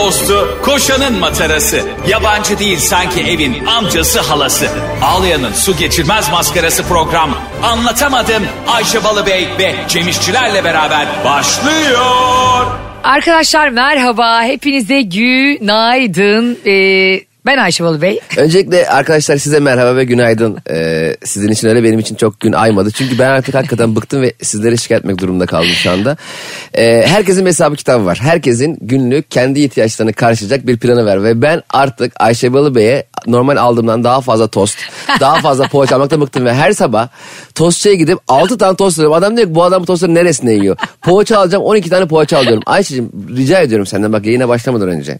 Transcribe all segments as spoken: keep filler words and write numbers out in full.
dostu, koşanın matarası. Yabancı değil sanki evin amcası halası. Ağlayan'ın su geçirmez maskarası program. Anlatamadım Ayşe Balıbey ve Cem İşçilerle beraber başlıyor. Arkadaşlar merhaba, hepinize günaydın. Ee, ben Ayşe Balıbey. Öncelikle arkadaşlar size merhaba ve günaydın. Ee, sizin için öyle, benim için çok gün aymadı. Çünkü ben artık hakikaten bıktım ve sizlere şikayet etmek durumunda kaldım şu anda. Ee, herkesin bir hesabı kitabı var. Herkesin günlük kendi ihtiyaçlarını karşılayacak bir planı var. Ve ben artık Ayşe Balıbey'e normal aldığımdan daha fazla tost, daha fazla poğaça almaktan bıktım. Ve her sabah tostçuya gidip altı tane tost alıyorum. Adam diyor ki bu adam bu tostları neresine yiyor? Poğaça alacağım, on iki tane poğaça alıyorum. Ayşe'cim rica ediyorum senden, bak yayına başlamadan önce.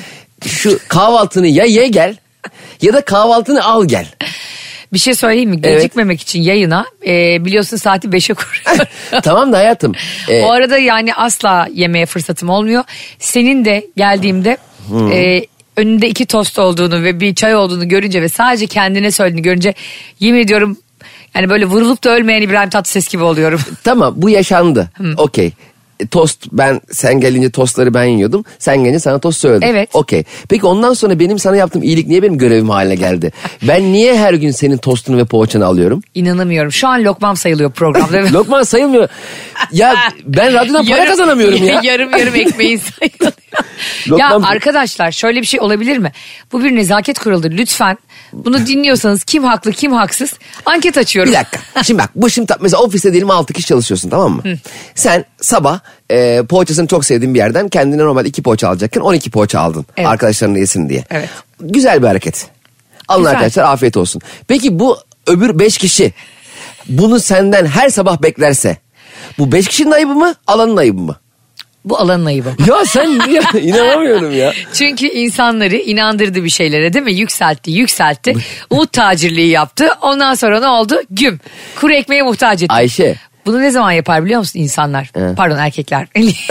Şu kahvaltını ya ye gel ya da kahvaltını al gel. Bir şey söyleyeyim mi? Gecikmemek evet. için yayına e, biliyorsun saati beşe kuruyorum. Tamam da hayatım. E... O arada yani asla yemeye fırsatım olmuyor. Senin de geldiğimde hmm. e, önünde iki tost olduğunu ve bir çay olduğunu görünce ve sadece kendine söylediğini görünce yemin ediyorum yani böyle vurulup da ölmeyen İbrahim Tatlıses gibi oluyorum. Tamam, bu yaşandı. Hmm. Okey. Tost, ben sen gelince tostları ben yiyordum. Sen gelince sana tost söyledim. Evet. Okey. Peki ondan sonra benim sana yaptığım iyilik niye benim görevim haline geldi? Ben niye her gün senin tostunu ve poğaçanı alıyorum? İnanamıyorum. Şu an lokmam sayılıyor programda. Lokman sayılmıyor. Ya ben radyodan para kazanamıyorum ya. Yarım yarım ekmeğin sayılıyor. Ya arkadaşlar şöyle bir şey olabilir mi? Bu bir nezaket kuralıdır. Lütfen bunu dinliyorsanız kim haklı kim haksız anket açıyorum. Bir dakika. Şimdi bak bu şimdi mesela ofiste diyelim altı kişi çalışıyorsun, tamam mı? Hı. Sen sabah e, poğaçasını çok sevdiğin bir yerden kendine normal iki poğaça alacakken on iki poğaça aldın. Evet. Arkadaşlarına yesin diye. Evet. Güzel bir hareket. Alın güzel. Arkadaşlar, afiyet olsun. Peki bu öbür beş kişi bunu senden her sabah beklerse bu beş kişinin ayıbı mı, alanın ayıbı mı? Bu alanın ayıbı. Ya sen niye? İnanamıyorum ya. Çünkü insanları inandırdı bir şeylere, değil mi? Yükseltti, yükseltti. Umut tacirliği yaptı. Ondan sonra ne oldu? Güm. Kuru ekmeğe muhtaç etti. Ayşe. Bunu ne zaman yapar biliyor musun insanlar? He. Pardon, erkekler.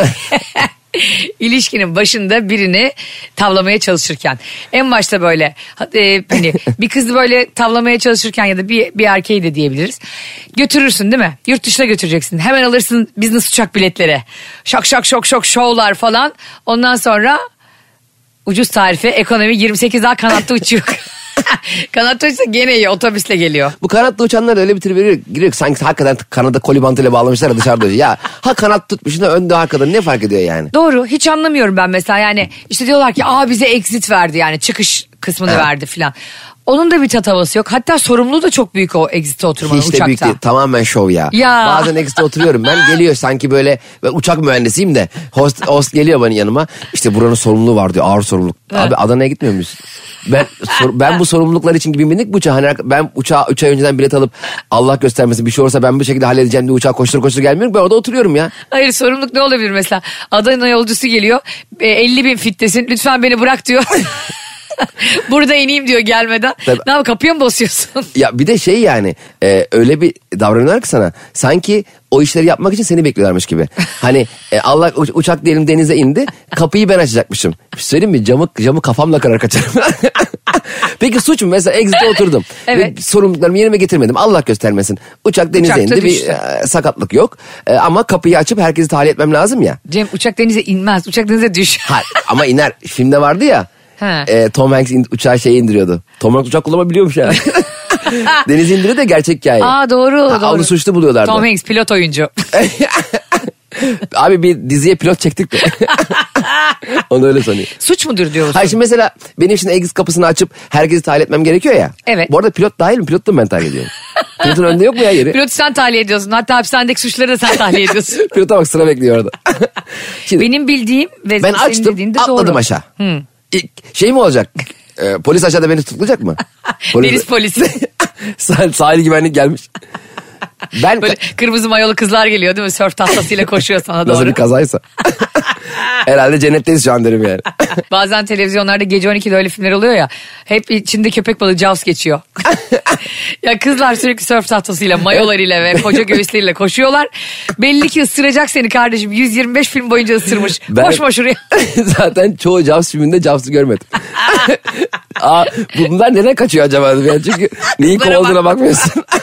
İlişkinin başında birini tavlamaya çalışırken. En başta böyle e, hani bir kızı böyle tavlamaya çalışırken ya da bir, bir erkeği de diyebiliriz. Götürürsün değil mi? Yurt dışına götüreceksin. Hemen alırsın business uçak biletleri. Şok şok şok şok şovlar falan. Ondan sonra ucuz tarife ekonomi yirmi sekiz daha kanatta uçuyor. Kanatta uçsa gene iyi, otobüsle geliyor. Bu kanatta uçanlar öyle bir trip veriyor, giriyor ki sanki hakikaten kanada koli bantıyla bağlamışlar ya dışarıda. Ya ha kanat tutmuşsun da önde arkada, ne fark ediyor yani? Doğru, hiç anlamıyorum ben mesela yani işte diyorlar ki aa bize exit verdi yani çıkış kısmını evet. verdi filan. Onun da bir tat havası yok. Hatta sorumluluğu da çok büyük o exit'e oturmanın hiç de uçakta. Büyük değil. Tamamen şov ya. ya. Bazen exit'e oturuyorum ben, geliyor sanki böyle, ben uçak mühendisiyim de host, host geliyor bana yanıma. İşte buranın sorumluluğu var diyor, ağır sorumluluk. Evet. Abi Adana'ya gitmiyor muyuz? Ben sor, ben bu sorumluluklar için gibi bindik bu uçağa. Hani ben uçağa üç ay önceden bilet alıp Allah göstermesin bir şey olursa ben bu şekilde halledeceğim diye uçağa koştur koştur gelmiyorum. Ben orada oturuyorum ya. Hayır, sorumluluk ne olabilir mesela? Adana yolcusu geliyor. elli bin fittesin, lütfen beni bırak diyor. Burada ineyim diyor gelmeden. Tabii. Ne yap, kapıya mı basıyorsun? Ya bir de şey yani e, öyle bir davranıyorlar ki sana sanki o işleri yapmak için seni bekliyorlarmış gibi. Hani e, Allah uç, uçak diyelim denize indi, kapıyı ben açacakmışım. Bir şey söyleyeyim mi? Camı, camı kafamla kırar kaçarım. Peki suç mu? Mesela exit'e oturdum. Evet. Ve sorumluluklarımı yerime getirmedim. Allah göstermesin. Uçak denize Uçakta indi. Düştü. Bir e, sakatlık yok. E, ama kapıyı açıp herkesi tahliye etmem lazım ya. Cem, uçak denize inmez. Uçak denize düş. Hayır, ama iner. Filmde vardı ya. E, Tom Hanks in, uçağı şey indiriyordu. Tom Hanks uçak kullanabiliyormuş yani. Deniz indiriyor da gerçek hikaye. Aa doğru ha, doğru. Onu suçlu buluyorlardı. Tom Hanks pilot oyuncu. Abi bir diziye pilot çektik de. Onu öyle sanıyor. Suç mudur diyorsun? Hayır, şimdi mesela benim şimdi exit kapısını açıp herkesi tahliye etmem gerekiyor ya. Evet. Bu arada pilot dahil mi? Pilot da ben tahliye ediyorum. Pilotun önünde yok mu ya yeri? Pilotu sen tahliye ediyorsun. Hatta hapishanedeki suçları da sen tahliye ediyorsun. Pilota bak, sıra bekliyor orada. Şimdi, benim bildiğim ve ben açtım, atladım doğru. Aşağı. Hmm. İlk, şey mi olacak? Ee, polis aşağıda beni tutuklayacak mı? Polis... Deniz polisi. Sahil güvenlik gelmiş. Ben böyle kırmızı mayolu kızlar geliyor değil mi? Sörf tahtasıyla koşuyor sana doğru. Nasıl bir kazaysa. Herhalde cennetteyiz şu an derim yani. Bazen televizyonlarda gece on ikide öyle filmler oluyor ya. Hep içinde köpek balığı Jaws geçiyor. Ya kızlar sürekli sörf tahtasıyla, mayolarıyla ve koca göğüsleriyle koşuyorlar. Belli ki ısıracak seni kardeşim. yüz yirmi beş film boyunca ısırmış. Ben, koşma şuraya. Zaten çoğu Jaws filminde Jaws'ı görmedim. Aa, bunlar neden kaçıyor acaba? Yani çünkü neyin kovaladığına bakmıyorsun.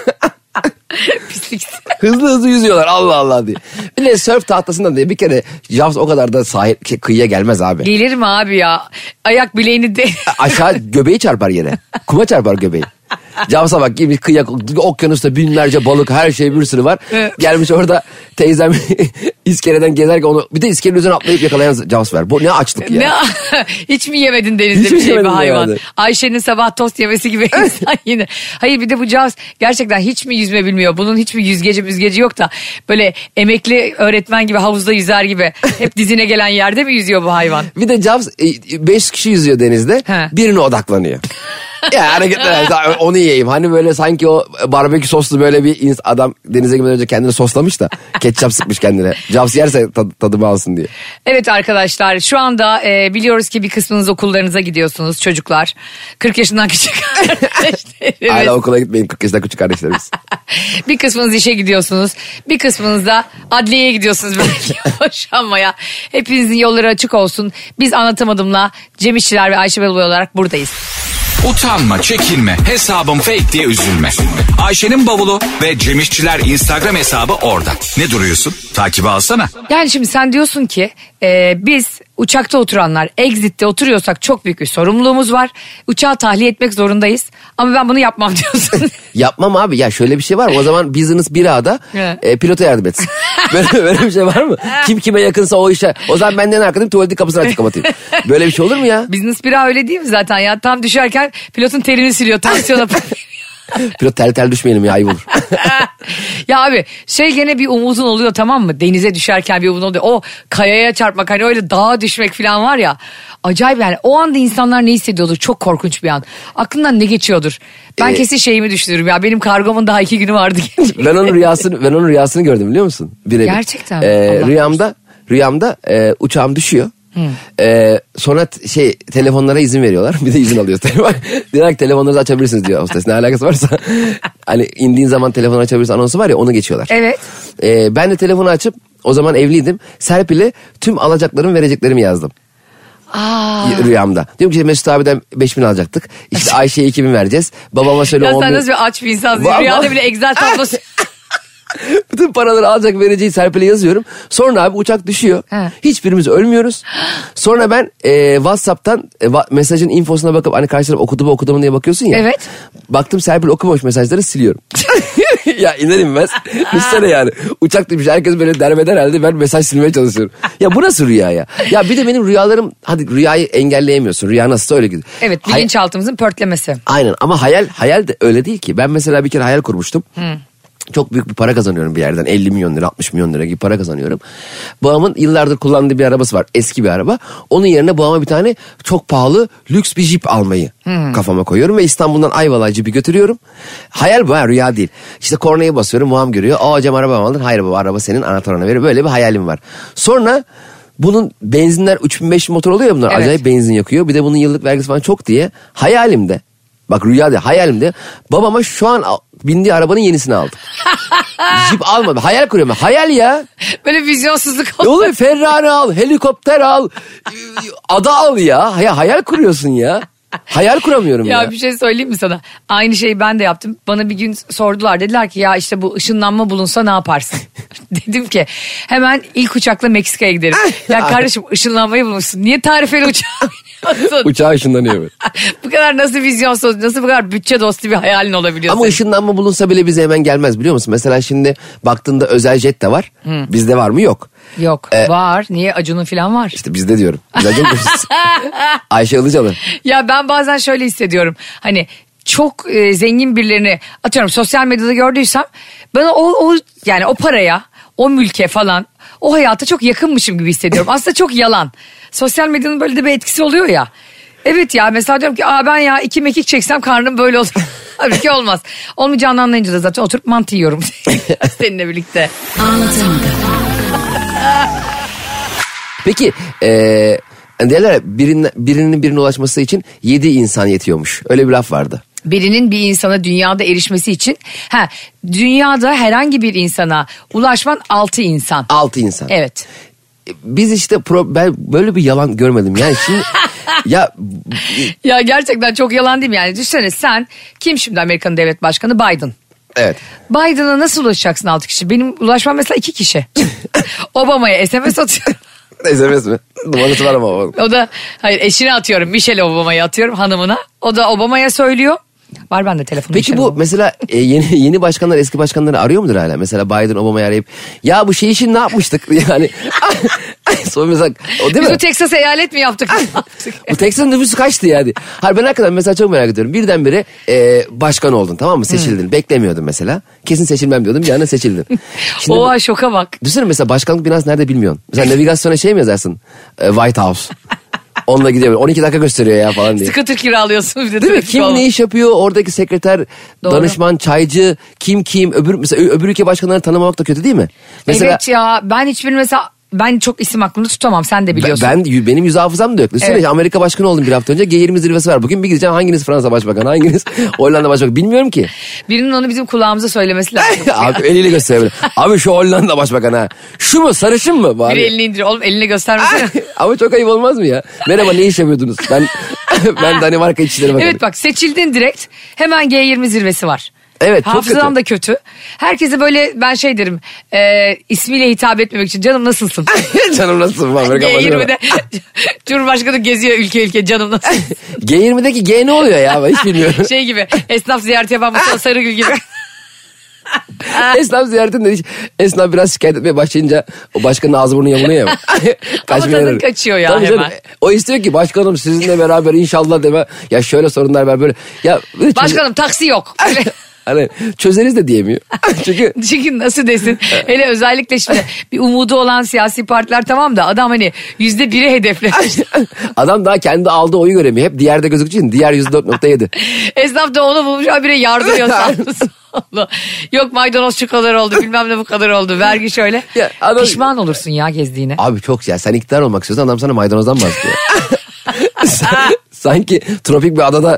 Pislik. Hızlı hızlı yüzüyorlar Allah Allah diye. Bir de sörf tahtasından diye bir kere Jaws o kadar da sahil kıyıya gelmez abi. Gelir mi abi ya? Ayak bileğini de... Aşağı göbeği çarpar yere. Kuma çarpar göbeği. Javs'a bak gibi kıyak, okyanusta binlerce balık, her şey bir sürü var. Evet. Gelmiş orada teyzem iskeleden gezerken onu bir de iskelenin üzerine atlayıp yakalayan Javs var. Bu ne açlık ya. Ne? Hiç mi yemedin denizde Hiç bir mi şey bir yemedim hayvan? yani? Ayşe'nin sabah tost yemesi gibi insan yine. Hayır bir de bu Jaws gerçekten hiç mi yüzme bilmiyor? Bunun hiçbir yüzgeci müzgeci yok da böyle emekli öğretmen gibi havuzda yüzer gibi hep dizine gelen yerde mi yüzüyor bu hayvan? Bir de Javs beş kişi yüzüyor denizde. He. Birine odaklanıyor. Ya hareketler onu yiyeyim. Hani böyle sanki o barbekü soslu böyle bir ins- adam denize girmeden önce kendini soslamış da ketçap sıkmış kendine. Javs yerse tad- tadımı alsın diye. Evet arkadaşlar şu anda e, biliyoruz ki bir kısmınız okullarınıza gidiyorsunuz çocuklar. kırk yaşından küçük kardeşlerimiz. Hala okula gitmeyin kırk yaşından küçük kardeşlerimiz. Bir kısmınız işe gidiyorsunuz. Bir kısmınız da adliyeye gidiyorsunuz belki boşanmaya. Hepinizin yolları açık olsun. Biz Anlatamadım'la Cem İşçiler ve Ayşe Balıbey olarak buradayız. Utanma, çekinme, hesabım fake diye üzülme. Ayşe'nin bavulu ve Cem İşçiler Instagram hesabı orada. Ne duruyorsun? Takibi alsana. Yani şimdi sen diyorsun ki e, biz uçakta oturanlar exit'te oturuyorsak çok büyük bir sorumluluğumuz var. Uçağı tahliye etmek zorundayız. Ama ben bunu yapmam diyorsun. Yapmam abi ya şöyle bir şey var mı? O zaman business bir A'da Evet. e, pilota yardım etsin. Böyle, böyle bir şey var mı? Kim kime yakınsa o işe. O zaman benden arkadayım tuvaletin kapısını açık kapatayım. Böyle bir şey olur mu ya? Business bir öyle değil mi zaten ya? Tam düşerken pilotun terini siliyor. Tansiyona Pilot tel tel düşmeyelim ya ayıp olur. Ya abi şey gene bir umudun oluyor tamam mı? Denize düşerken bir umudun oluyor. O kayaya çarpmak hani öyle dağa düşmek falan var ya. Acayip yani o anda insanlar ne hissediyordur? Çok korkunç bir an. Aklından ne geçiyordur? Ben Ee, kesin şeyimi düşünürüm ya. Benim kargomun daha iki günü vardı. ben onun rüyasını ben onun rüyasını gördüm biliyor musun? Birebir. Gerçekten mi? Ee, Allah rüyamda rüyamda e, uçağım düşüyor. Ee, sonra t- şey telefonlara izin veriyorlar. Bir de izin alıyoruz. Diyorlar ki telefonlarınızı açabilirsiniz diyor hostes. Ne alakası varsa. Hani indiğin zaman telefonu açabilirsin anonsu var ya onu geçiyorlar. Evet. Ee, ben de telefonu açıp o zaman evliydim. Serpil'e tüm alacaklarımı vereceklerimi yazdım. Aa. Rüyamda. Diyorum ki Mesut abiden beş bin alacaktık. İşte Ayşe'ye iki bin vereceğiz. Babama söyle Ya on bin. sen nasıl bir aç bir insansın? Vallahi- Rüyada bile Excel tablosu. Bütün paraları alacak vereceği Serpil'e yazıyorum. Sonra abi uçak düşüyor. He. Hiçbirimiz ölmüyoruz. Sonra ben e, WhatsApp'tan e, va- mesajın infosuna bakıp hani karşı taraf okudu mu okudu mu diye bakıyorsun ya. Evet. Baktım Serpil okumamış mesajları siliyorum. Ya iner inmez. Düşünsene yani. Uçak düşmüş herkes böyle derbeder halde ben mesaj silmeye çalışıyorum. Ya bu nasıl rüya ya? Ya bir de benim rüyalarım hadi rüyayı engelleyemiyorsun. Rüya nasılsa öyle gidiyor. Evet Hay- bilinçaltımızın pörtlemesi. Aynen ama hayal hayal de öyle değil ki. Ben mesela bir kere hayal kurmuştum. Çok büyük bir para kazanıyorum bir yerden. elli milyon lira altmış milyon lira gibi para kazanıyorum. Babamın yıllardır kullandığı bir arabası var. Eski bir araba. Onun yerine babama bir tane çok pahalı lüks bir jip almayı kafama koyuyorum. Ve İstanbul'dan Ayvalık'a jipi götürüyorum. Hayal bu ha rüya değil. İşte kornaya basıyorum babam görüyor. Aa hocam araba mı aldın? Hayır baba araba senin anahtarına veriyor. Böyle bir hayalim var. Sonra bunun benzinler üç bin beş bin motor oluyor ya bunlar. Evet. Acayip benzin yakıyor. Bir de bunun yıllık vergisi falan çok diye hayalimde. Bak rüya değil hayalimde. Babama şu an al- bindiği arabanın yenisini aldım. Jip almadım. Hayal kuruyorum. Hayal ya. Böyle vizyonsuzluk Ne oldu. oluyor? Ferrari al, helikopter al, ada al ya. Ya hayal kuruyorsun ya. Hayal kuramıyorum ya. Ya bir şey söyleyeyim mi sana? Aynı şeyi ben de yaptım. Bana bir gün sordular. Dediler ki ya işte bu ışınlanma bulunsa ne yaparsın? Dedim ki hemen ilk uçakla Meksika'ya giderim. Ya kardeşim ışınlanmayı bulmuşsun. Niye tarifeli uçağa biniyorsun? Uçağı ışınlanıyor böyle. Bu kadar nasıl vizyonsuz, nasıl bu kadar bütçe dostu bir hayalin olabiliyor Ama senin? ışınlanma bulunsa bile bize hemen gelmez biliyor musun? Mesela şimdi baktığında özel jet de var. Bizde var mı? Yok. Yok Ee, var. Niye Acun'un falan var? İşte bizde diyorum. Biz acayip koşuyoruz. Ayşe Ilıcalı. Ya ben bazen şöyle hissediyorum. Hani çok e, zengin birilerini atıyorum sosyal medyada gördüysem bana o, o yani o paraya, o mülke falan, o hayata çok yakınmışım gibi hissediyorum. Aslında çok yalan. Sosyal medyanın böyle de bir etkisi oluyor ya. Evet ya mesela diyorum ki aa ben ya iki mekik çeksem karnım böyle olur. Halbuki olmaz. Olmayacağını anlayınca da zaten oturup mantı yiyorum seninle birlikte. Peki eee derler ya, birinin, birinin birine ulaşması için yedi insan yetiyormuş. Öyle bir laf vardı. Birinin bir insana dünyada erişmesi için ha dünyada herhangi bir insana ulaşman altı insan. Altı insan. Evet. Biz işte pro, ben böyle bir yalan görmedim. Yani şimdi ya Ya gerçekten çok yalan değil mi yani? Düşünsene sen kim şimdi Amerika'nın devlet başkanı? Biden. Evet. Biden'a nasıl ulaşacaksın altı kişi? Benim ulaşmam mesela iki kişi. Obama'ya S M S atıyorum. S M S mi? Numarası var ama Obama'nın. O da hayır eşine atıyorum. Michelle Obama'ya atıyorum hanımına. O da Obama'ya söylüyor. Var bende telefon. Peki bu mesela e, yeni yeni başkanlar eski başkanları arıyor mudur hala? Mesela Biden Obama'yı arayıp ya bu şey için ne yapmıştık yani. Sonra mesela o değil Biz mi? bu Texas eyalet mi yaptık? Bu Texas'ın nüfusu kaçtı yani? Hayır ben hakikaten mesela çok merak ediyorum. Birdenbire e, başkan oldun tamam mı? Seçildin. Hmm. Beklemiyordum mesela. Kesin seçilmem diyordum. Bir anda seçildin. Şimdi Oha şoka bak. Düşünsene mesela başkanlık binası nerede bilmiyorsun. Mesela navigasyona şey mi yazarsın? E, White House. Onunla gidiyor. on iki dakika gösteriyor ya falan diye. Scooter kiralıyorsun bir de. Değil mi? Kim falan. ne iş yapıyor? Oradaki sekreter, Doğru. danışman, çaycı, kim kim? Öbür mesela öbür ülke başkanlarını tanımamak da kötü değil mi? Mesela, evet ya ben hiçbirini mesela ben çok isim aklımda tutamam sen de biliyorsun. Ben, ben benim yüz hafızam da yok. Düşünsene Evet. Amerika başkanı oldum bir hafta önce. G yirmi zirvesi var. Bugün bir gideceğim hanginiz Fransa başbakanı, hanginiz Hollanda başbakanı bilmiyorum ki. Birinin onu bizim kulağımıza söylemesi lazım. Abi eliyle gösterebilir. Abi şu Hollanda başbakanı ha. Şu mu sarışın mı? Bari. Biri elini indiriyor. Oğlum elini göstermesene. Ama çok ayıp olmaz mı ya? Merhaba ne iş yapıyordunuz? Ben ben Danimarka İçişleri Bakanı. Evet bak seçildin direkt. Hemen G yirmi zirvesi var. Evet çok Hafızam kötü. da kötü. Herkese böyle ben şey derim. E, ismiyle hitap etmemek için canım nasılsın? Canım nasılsın? Amerika G başkanı. yirmide Cumhurbaşkanı geziyor ülke ülke canım nasılsın? G yirmideki G ne oluyor ya? Ben hiç bilmiyorum. Şey gibi esnaf ziyareti yapan Mustafa Sarıgül gibi. Esnaf ziyaretinde hiç esnaf biraz şikayet etmeye başlayınca o başkanın ağzı burnu yamuluyor ya. Ama tadın kaçıyor ya Tabii hemen. canım. O istiyor ki başkanım sizinle beraber inşallah deme. Ya şöyle sorunlar var böyle. Ya böyle Başkanım taksi yok. Hani çözeriz de diyemiyor. Çünkü Çünkü nasıl desin? Hele özellikle şimdi bir umudu olan siyasi partiler tamam da adam hani yüzde biri hedeflemiş. adam daha kendi aldığı oyu göremiyor. Hep diğerde gözüktüğü için diğer yüzde dört nokta yedi. Esnaf da onu bulmuş habire yardırıyor sağlı sollu. Yok maydanoz şu kadar oldu bilmem ne bu kadar oldu vergi şöyle. Ya adam- Pişman olursun ya gezdiğine. Abi çok ya sen iktidar olmak istiyorsan adam sana maydanozdan bahsediyor. Sanki tropik bir adada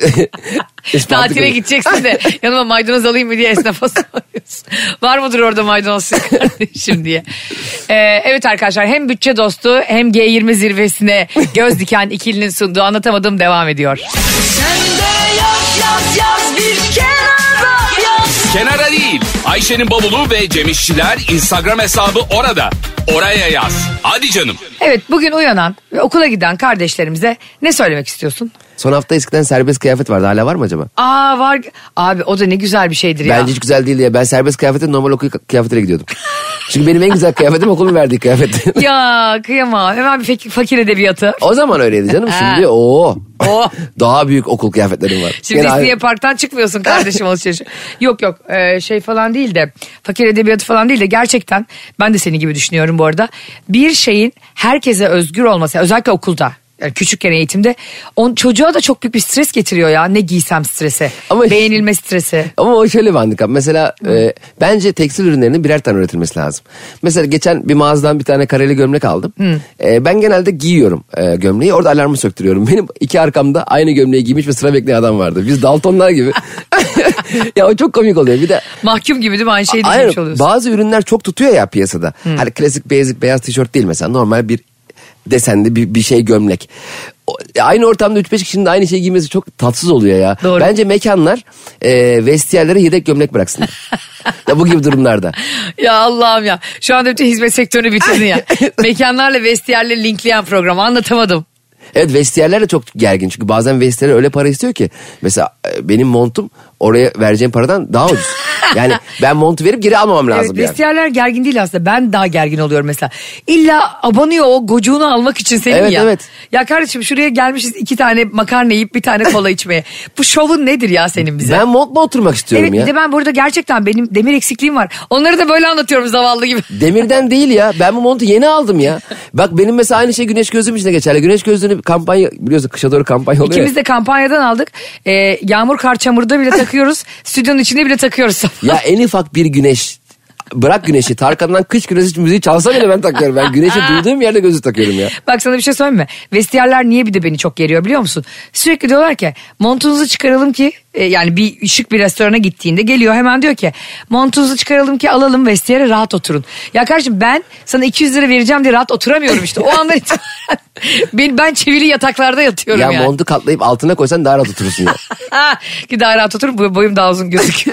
Tatile gideceksin de yanıma maydanoz alayım mı diye esnafa soruyorsun. Var mıdır orada maydanoz kardeşim diye. Ee, evet arkadaşlar hem bütçe dostu hem G yirmi zirvesine göz diken ikilinin sunduğu Anlatamadım devam ediyor. Sen de yaz yaz yaz bir kenara yaz. Kenara değil. Ayşe'nin bavulu ve Cemişçiler Instagram hesabı orada. Oraya yaz. Hadi canım. Evet bugün uyanan ve okula giden kardeşlerimize ne söylemek istiyorsun? Son hafta eskiden serbest kıyafet vardı. Hala var mı acaba? Aa var. Abi o da ne güzel bir şeydir ya. Bence hiç güzel değil ya. Ben serbest kıyafete normal okul kıyafetiyle gidiyordum. Çünkü benim en güzel kıyafetim okulun verdiği kıyafet. Ya kıyamam. Hemen bir fakir, fakir edebiyatı. O zaman öyleydi canım. Şimdi o Oo. daha büyük okul kıyafetlerim var. Şimdi Gene İstinye abi- Park'tan çıkmıyorsun kardeşim alışverişe. Yok yok ee, şey falan değil de fakir edebiyatı falan değil de gerçekten ben de senin gibi düşünüyorum bu arada. Bir şeyin herkese özgür olması özellikle okulda. Yani küçükken eğitimde on, çocuğa da çok büyük bir stres getiriyor ya. Ne giysem stresi. Ama- Beğenilme stresi. Ama o şöyle bir handikap. Mesela e, bence tekstil ürünlerinin birer tane üretilmesi lazım. Mesela geçen bir mağazadan bir tane kareli gömlek aldım. E, ben genelde giyiyorum e, gömleği. Orada alarmı söktürüyorum. Benim iki arkamda aynı gömleği giymiş ve sıra bekleyen adam vardı. Biz Daltonlar gibi. Ya o çok komik oluyor. Bir de Mahkum gibi değil mi? Aynı şeyi Aynen, düşünmüş oluyorsun. bazı ürünler çok tutuyor ya piyasada. Hani klasik basic beyaz tişört değil mesela. Normal bir desenli bir, bir şey gömlek. O, aynı ortamda üç beş kişinin de aynı şeyi giymesi çok tatsız oluyor ya. Doğru. Bence mekanlar e, vestiyerlere yedek gömlek bıraksınlar. Ya bu gibi durumlarda. Ya Allah'ım ya. Şu anda bütün hizmet sektörünü bitirdin ya. Mekanlarla vestiyerleri linkleyen programı anlatamadım. Evet vestiyerler de çok gergin. Çünkü bazen vestiyer öyle para istiyor ki. Mesela e, benim montum oraya vereceğim paradan daha ucuz. Yani ben montu verip geri almamam lazım Evet yani. vestiyerler gergin değil aslında. Ben daha gergin oluyorum mesela. İlla abanıyor o gocuğunu almak için senin Evet, ya. evet. Ya kardeşim şuraya gelmişiz iki tane makarna yiyip bir tane kola içmeye. Bu şovun nedir ya senin bize? Ben montla oturmak istiyorum Evet ya. bir de ben burada gerçekten benim demir eksikliğim var. Onları da böyle anlatıyorum zavallı gibi. Demirden değil ya. Ben bu montu yeni aldım ya. Bak benim mesela aynı şey güneş gözlüğüm için de geçerli. Güneş gözlüğünü kampanya biliyorsun kışa doğru kampanya oluyor İkimiz ya. de kampanyadan aldık. Ee, yağmur kar çamurda bile takıyoruz. Stüdyonun içinde bile takıyoruz. Ya en ufak bir güneş bırak güneşi Tarkan'dan kış güneşi müziği çalsa bile ben takıyorum. Ben güneşi duyduğum yerde gözü takıyorum ya. Bak sana bir şey söyleyeyim mi? Vestiyerler niye bir de beni çok geriyor biliyor musun? Sürekli diyorlar ki montunuzu çıkaralım ki e, yani bir şık bir restorana gittiğinde geliyor hemen diyor ki montunuzu çıkaralım ki alalım vestiyere rahat oturun. Ya kardeşim ben sana iki yüz lira vereceğim diye rahat oturamıyorum işte. O andan itibaren ben, ben çivili yataklarda yatıyorum Ya yani. montu katlayıp altına koysan daha rahat oturursun ya. Ki daha rahat otururum boyum daha uzun gözüküyor.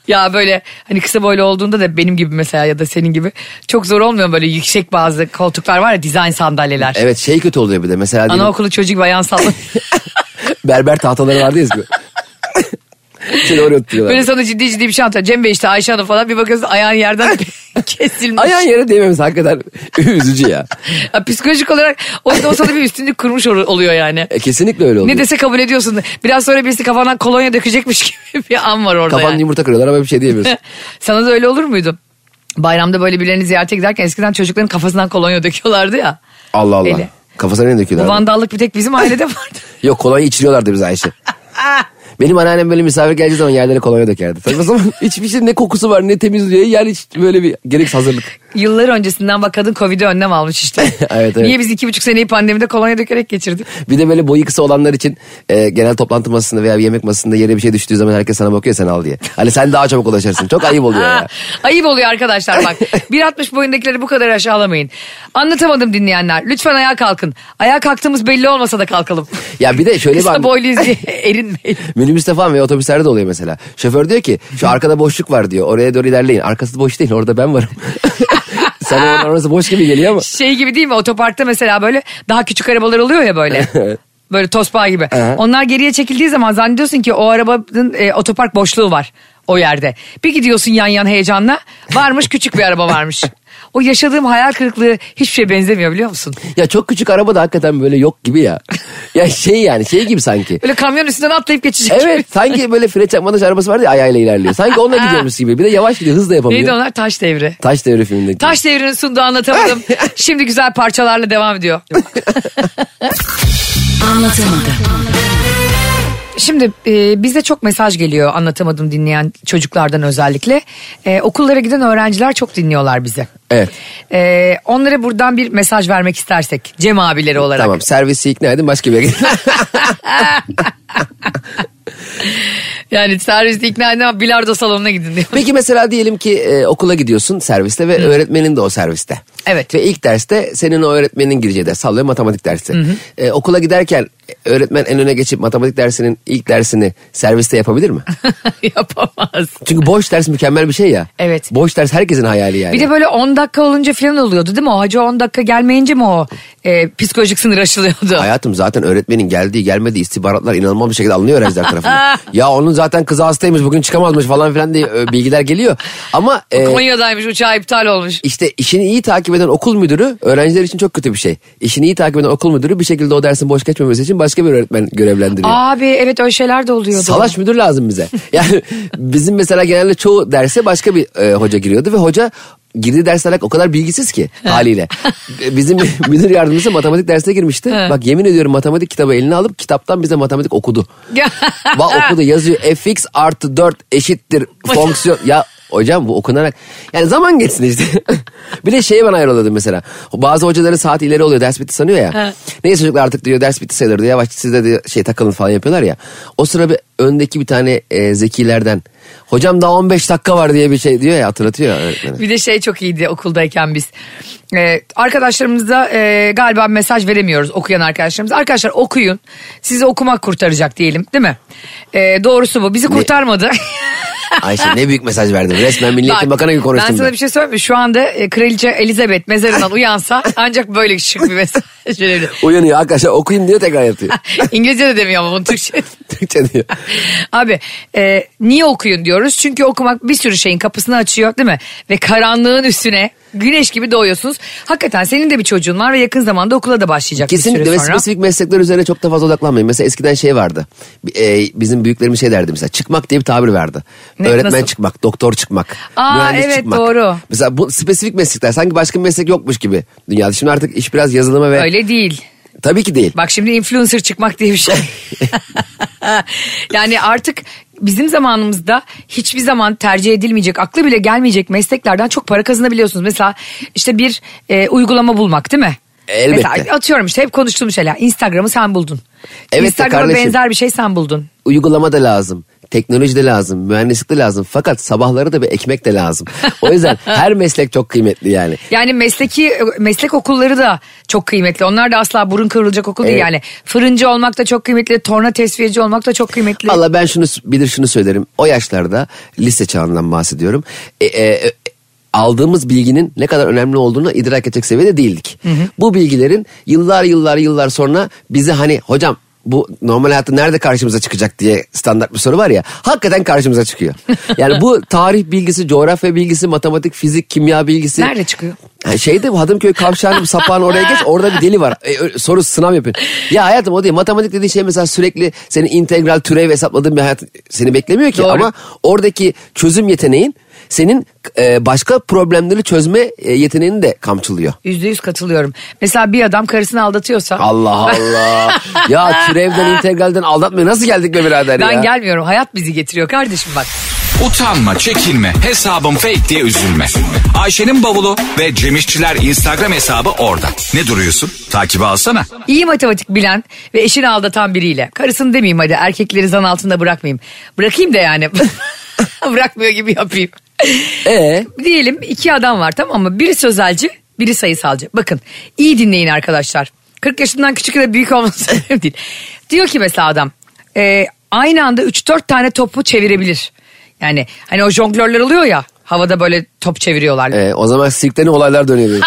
Ya böyle hani kısa boylu olduğunda da benim gibi mesela ya da senin gibi çok zor olmuyor böyle yüksek bazı koltuklar var ya, dizayn sandalyeler. Evet, şey kötü oluyor bir de mesela. Anaokulu çocuk gibi ayağın sallanıyor. Berber tahtaları vardı ya eski. Seni oraya oturuyorlar. Böyle sana ciddi ciddi bir şey anlatıyor. Cem Bey işte Ayşe Hanım falan, bir bakıyorsun ayağın yerden kesilmiş. Ayağın yere değmemiz hakikaten üzücü ya. Ya, psikolojik olarak o, o sana bir üstünlük kurmuş ol- oluyor yani. E, kesinlikle öyle oluyor. Ne dese kabul ediyorsun. Biraz sonra birisi kafandan kolonya dökecekmiş gibi bir an var orada. Kafanın yani. yumurta kırıyorlar ama bir şey diyemiyorsun. Sana da öyle olur muydu? Bayramda böyle birilerini ziyarete giderken eskiden çocukların kafasından kolonya döküyorlardı ya. Allah Allah. Öyle. Kafasına ne Bu döküyorlar? vandallık bir tek bizim ailede vardı. Yok, kolonya içiriyorlardı bize Ayşe. Benim anneannem böyle misafir geldiği zaman yerlere kolonya dökerdi. Tabii o zaman hiçbir şey, ne kokusu var ne temizliyor. Yani hiç böyle bir gereksiz hazırlık. Yıllar öncesinden bak kadın Covid'e önlem almış işte. Evet, evet. Niye biz iki buçuk seneyi pandemide kolonya dökerek geçirdik? Bir de böyle boyu kısa olanlar için e, genel toplantı masasında veya bir yemek masasında yere bir şey düştüğü zaman herkes sana bakıyor, sen al diye. Hani sen daha çabuk ulaşırsın. Çok ayıp oluyor ya. Ayıp oluyor arkadaşlar bak. bir altmış boyundakileri bu kadar aşağılamayın. Anlatamadım dinleyenler. Lütfen ayağa kalkın. Ayağa kalktığımız belli olmasa da kalkalım. Ya bir de şöyle Kısa bir boyluyuz diye erinmeyin. minibüste falan ve otobüslerde de oluyor mesela. Şoför diyor ki şu arkada boşluk var diyor. Oraya doğru ilerleyin. Arkası boş değil, orada ben varım. Sen oradan, orası boş gibi geliyor ama. Şey gibi değil mi, otoparkta mesela böyle daha küçük arabalar oluyor ya böyle. Böyle tosbağa gibi. Aha. Onlar geriye çekildiği zaman zannediyorsun ki o arabanın e, otopark boşluğu var o yerde. Bir gidiyorsun yan yan heyecanla, varmış küçük bir araba varmış. O yaşadığım hayal kırıklığı hiçbir şeye benzemiyor biliyor musun? Ya çok küçük araba da hakikaten böyle yok gibi ya. Ya şey yani şey gibi sanki. Böyle kamyon üstünden atlayıp geçecek gibi. Evet, sanki böyle fre çakmadaş arabası var ya, ayağıyla ilerliyor. Sanki onunla gidiyormuş gibi. Bir de yavaş gidiyor, hız da yapamıyor. Neydi onlar? Taş Devri. Taş Devri filmindeki. Taş Devri'nin sunduğu Anlatamadım. Şimdi güzel parçalarla devam ediyor. Anlatamadım. Şimdi e, bize çok mesaj geliyor Anlatamadım dinleyen çocuklardan özellikle. E, okullara giden öğrenciler çok dinliyorlar bizi. Evet. E, onlara buradan bir mesaj vermek istersek Cem abileri olarak. Tamam, servisi ikna edin, başka bir yere gidin. Yani serviste ikna edin ama bilardo salonuna gidin diyor. Peki mesela diyelim ki e, okula gidiyorsun serviste ve öğretmenin de o serviste. Evet. Ve ilk derste senin o öğretmenin gireceği ders, sallıyor matematik dersi. E, okula giderken öğretmen en öne geçip matematik dersinin ilk dersini serviste yapabilir mi? Yapamaz. Çünkü boş ders mükemmel bir şey ya. Evet. Boş ders herkesin hayali yani. Bir de böyle on dakika olunca falan oluyordu değil mi? O hacı on dakika gelmeyince mi o e, psikolojik sınır aşılıyordu? Hayatım zaten öğretmenin geldiği gelmediği istihbaratlar inanılmaz bir şekilde alınıyor öğrenciler tarafından. Ya onun zaten kızı hastaymış, bugün çıkamazmış falan filan diye e, bilgiler geliyor. Ama e, Konya'daymış, uçağı iptal olmuş. işte işini iyi takip eden okul müdürü öğrenciler için çok kötü bir şey. İşini iyi takip eden okul müdürü bir şekilde o dersin boş geçmemesi için başka bir öğretmen görevlendiriyor. Abi evet, öyle şeyler de oluyordu. Salaş müdür lazım bize. Yani bizim mesela genelde çoğu derse başka bir e, hoca giriyordu ve hoca girdiği dersler o kadar bilgisiz ki haliyle. Bizim müdür yardımcısı matematik dersine girmişti. Bak yemin ediyorum matematik kitabı eline alıp kitaptan bize matematik okudu. Bak okudu, yazıyor fx artı dört eşittir fonksiyon. Ya hocam bu okunarak yani zaman geçsin işte. Bir de şey bana ayrılıyordu mesela. Bazı hocaların saat ileri oluyor, ders bitti sanıyor ya. Ha. Neyse çocuklar artık diyor ders bitti sayılır diyor. Yavaş siz de diyor, şey takılın falan yapıyorlar ya. O sıra bir öndeki bir tane e, zekilerden hocam daha on beş dakika var diye bir şey diyor ya, hatırlatıyor öğretmeni. Bir de şey çok iyiydi okuldayken biz. Ee, arkadaşlarımıza e, galiba mesaj veremiyoruz okuyan arkadaşlarımız. Arkadaşlar okuyun. Sizi okumak kurtaracak diyelim değil mi? Ee, doğrusu bu. Bizi kurtarmadı. Ayşe ne büyük mesaj verdim. Resmen Milli Eğitim Bakanı gibi konuştum. Ben sana bir şey söyleyeyim mi? Şu anda e, Kraliçe Elizabeth mezarından uyansa ancak böyle şık bir mesaj verebilir. Uyanıyor arkadaşlar, okuyun diyor, tekrar yatıyor. İngilizce de demiyor ama bunu Türkçe. Türkçe diyor. Abi e, niye okuyun diyoruz? Çünkü okumak bir sürü şeyin kapısını açıyor değil mi? Ve karanlığın üstüne güneş gibi doğuyorsunuz. Hakikaten senin de bir çocuğun var ve yakın zamanda okula da başlayacak Kesinlikle bir ve süre sonra. spesifik meslekler üzerine çok da fazla odaklanmayın. Mesela eskiden şey vardı. E, bizim büyüklerimiz şey derdi mesela. Çıkmak diye bir tabir vardı. Ne, Öğretmen nasıl? çıkmak, doktor çıkmak, Aa, mühendis evet, çıkmak. doğru. Mesela bu spesifik meslekler sanki başka bir meslek yokmuş gibi dünyada. Şimdi artık iş biraz yazılıma ve... Öyle değil. Tabii ki değil. Bak şimdi influencer çıkmak diye bir şey. Yani artık bizim zamanımızda hiçbir zaman tercih edilmeyecek, aklı bile gelmeyecek mesleklerden çok para kazanabiliyorsunuz. Mesela işte bir e, uygulama bulmak değil mi? Elbette. Mesela atıyorum işte hep konuştuğum şeyler. Instagram'ı sen buldun. Evet de Instagram'a kardeşim. benzer bir şey sen buldun. Uygulama da lazım. teknoloji de lazım, mühendislik de lazım. Fakat sabahları da bir ekmek de lazım. O yüzden her meslek çok kıymetli yani. Yani mesleki meslek okulları da çok kıymetli. Onlar da asla burun kıvrılacak okul değil Evet. yani. Fırıncı olmak da çok kıymetli, torna tesviyeci olmak da çok kıymetli. Valla ben şunu bilir şunu söylerim. O yaşlarda lise çağından bahsediyorum. E, e, e, aldığımız bilginin ne kadar önemli olduğunu idrak edecek seviyede değildik. Hı hı. Bu bilgilerin yıllar yıllar yıllar sonra bize hani hocam bu normal hayatta nerede karşımıza çıkacak diye standart bir soru var ya. Hakikaten karşımıza çıkıyor. Yani bu tarih bilgisi, coğrafya bilgisi, matematik, fizik, kimya bilgisi. Nerede çıkıyor? Yani şeyde bu Hadımköy kavşağını sapağını oraya geç, orada bir deli var. E, soru sınav yapın. Ya hayatım o değil. Matematik dediğin şey mesela sürekli senin integral türev hesapladığın bir hayat seni beklemiyor ki. Doğru. Ama oradaki çözüm yeteneğin senin e, başka problemleri çözme e, yeteneğini de kamçılıyor. Yüzde yüz katılıyorum. Mesela bir adam karısını aldatıyorsa. Allah Allah. Ya türevden integralden aldatmaya nasıl geldik be birader Ben ya? gelmiyorum. Hayat bizi getiriyor kardeşim bak. Utanma, çekinme, hesabım fake diye üzülme. Ayşe'nin bavulu ve Cemişçiler Instagram hesabı orada. Ne duruyorsun? Takibi alsana. İyi matematik bilen ve eşini aldatan biriyle. Karısını demeyeyim hadi, erkekleri zan altında bırakmayayım. Bırakayım da yani. Bırakmıyor gibi yapayım. Ee? Diyelim iki adam var, tamam mı? Biri sözelci, biri sayısalcı. Bakın iyi dinleyin arkadaşlar. kırk yaşından küçük ya da büyük olması önemli değil. Diyor ki mesela adam e, aynı anda üç dört tane topu çevirebilir. Yani hani o jonglörler oluyor ya, havada böyle top çeviriyorlar. Ee, o zaman sirkte ne olaylar dönüyor.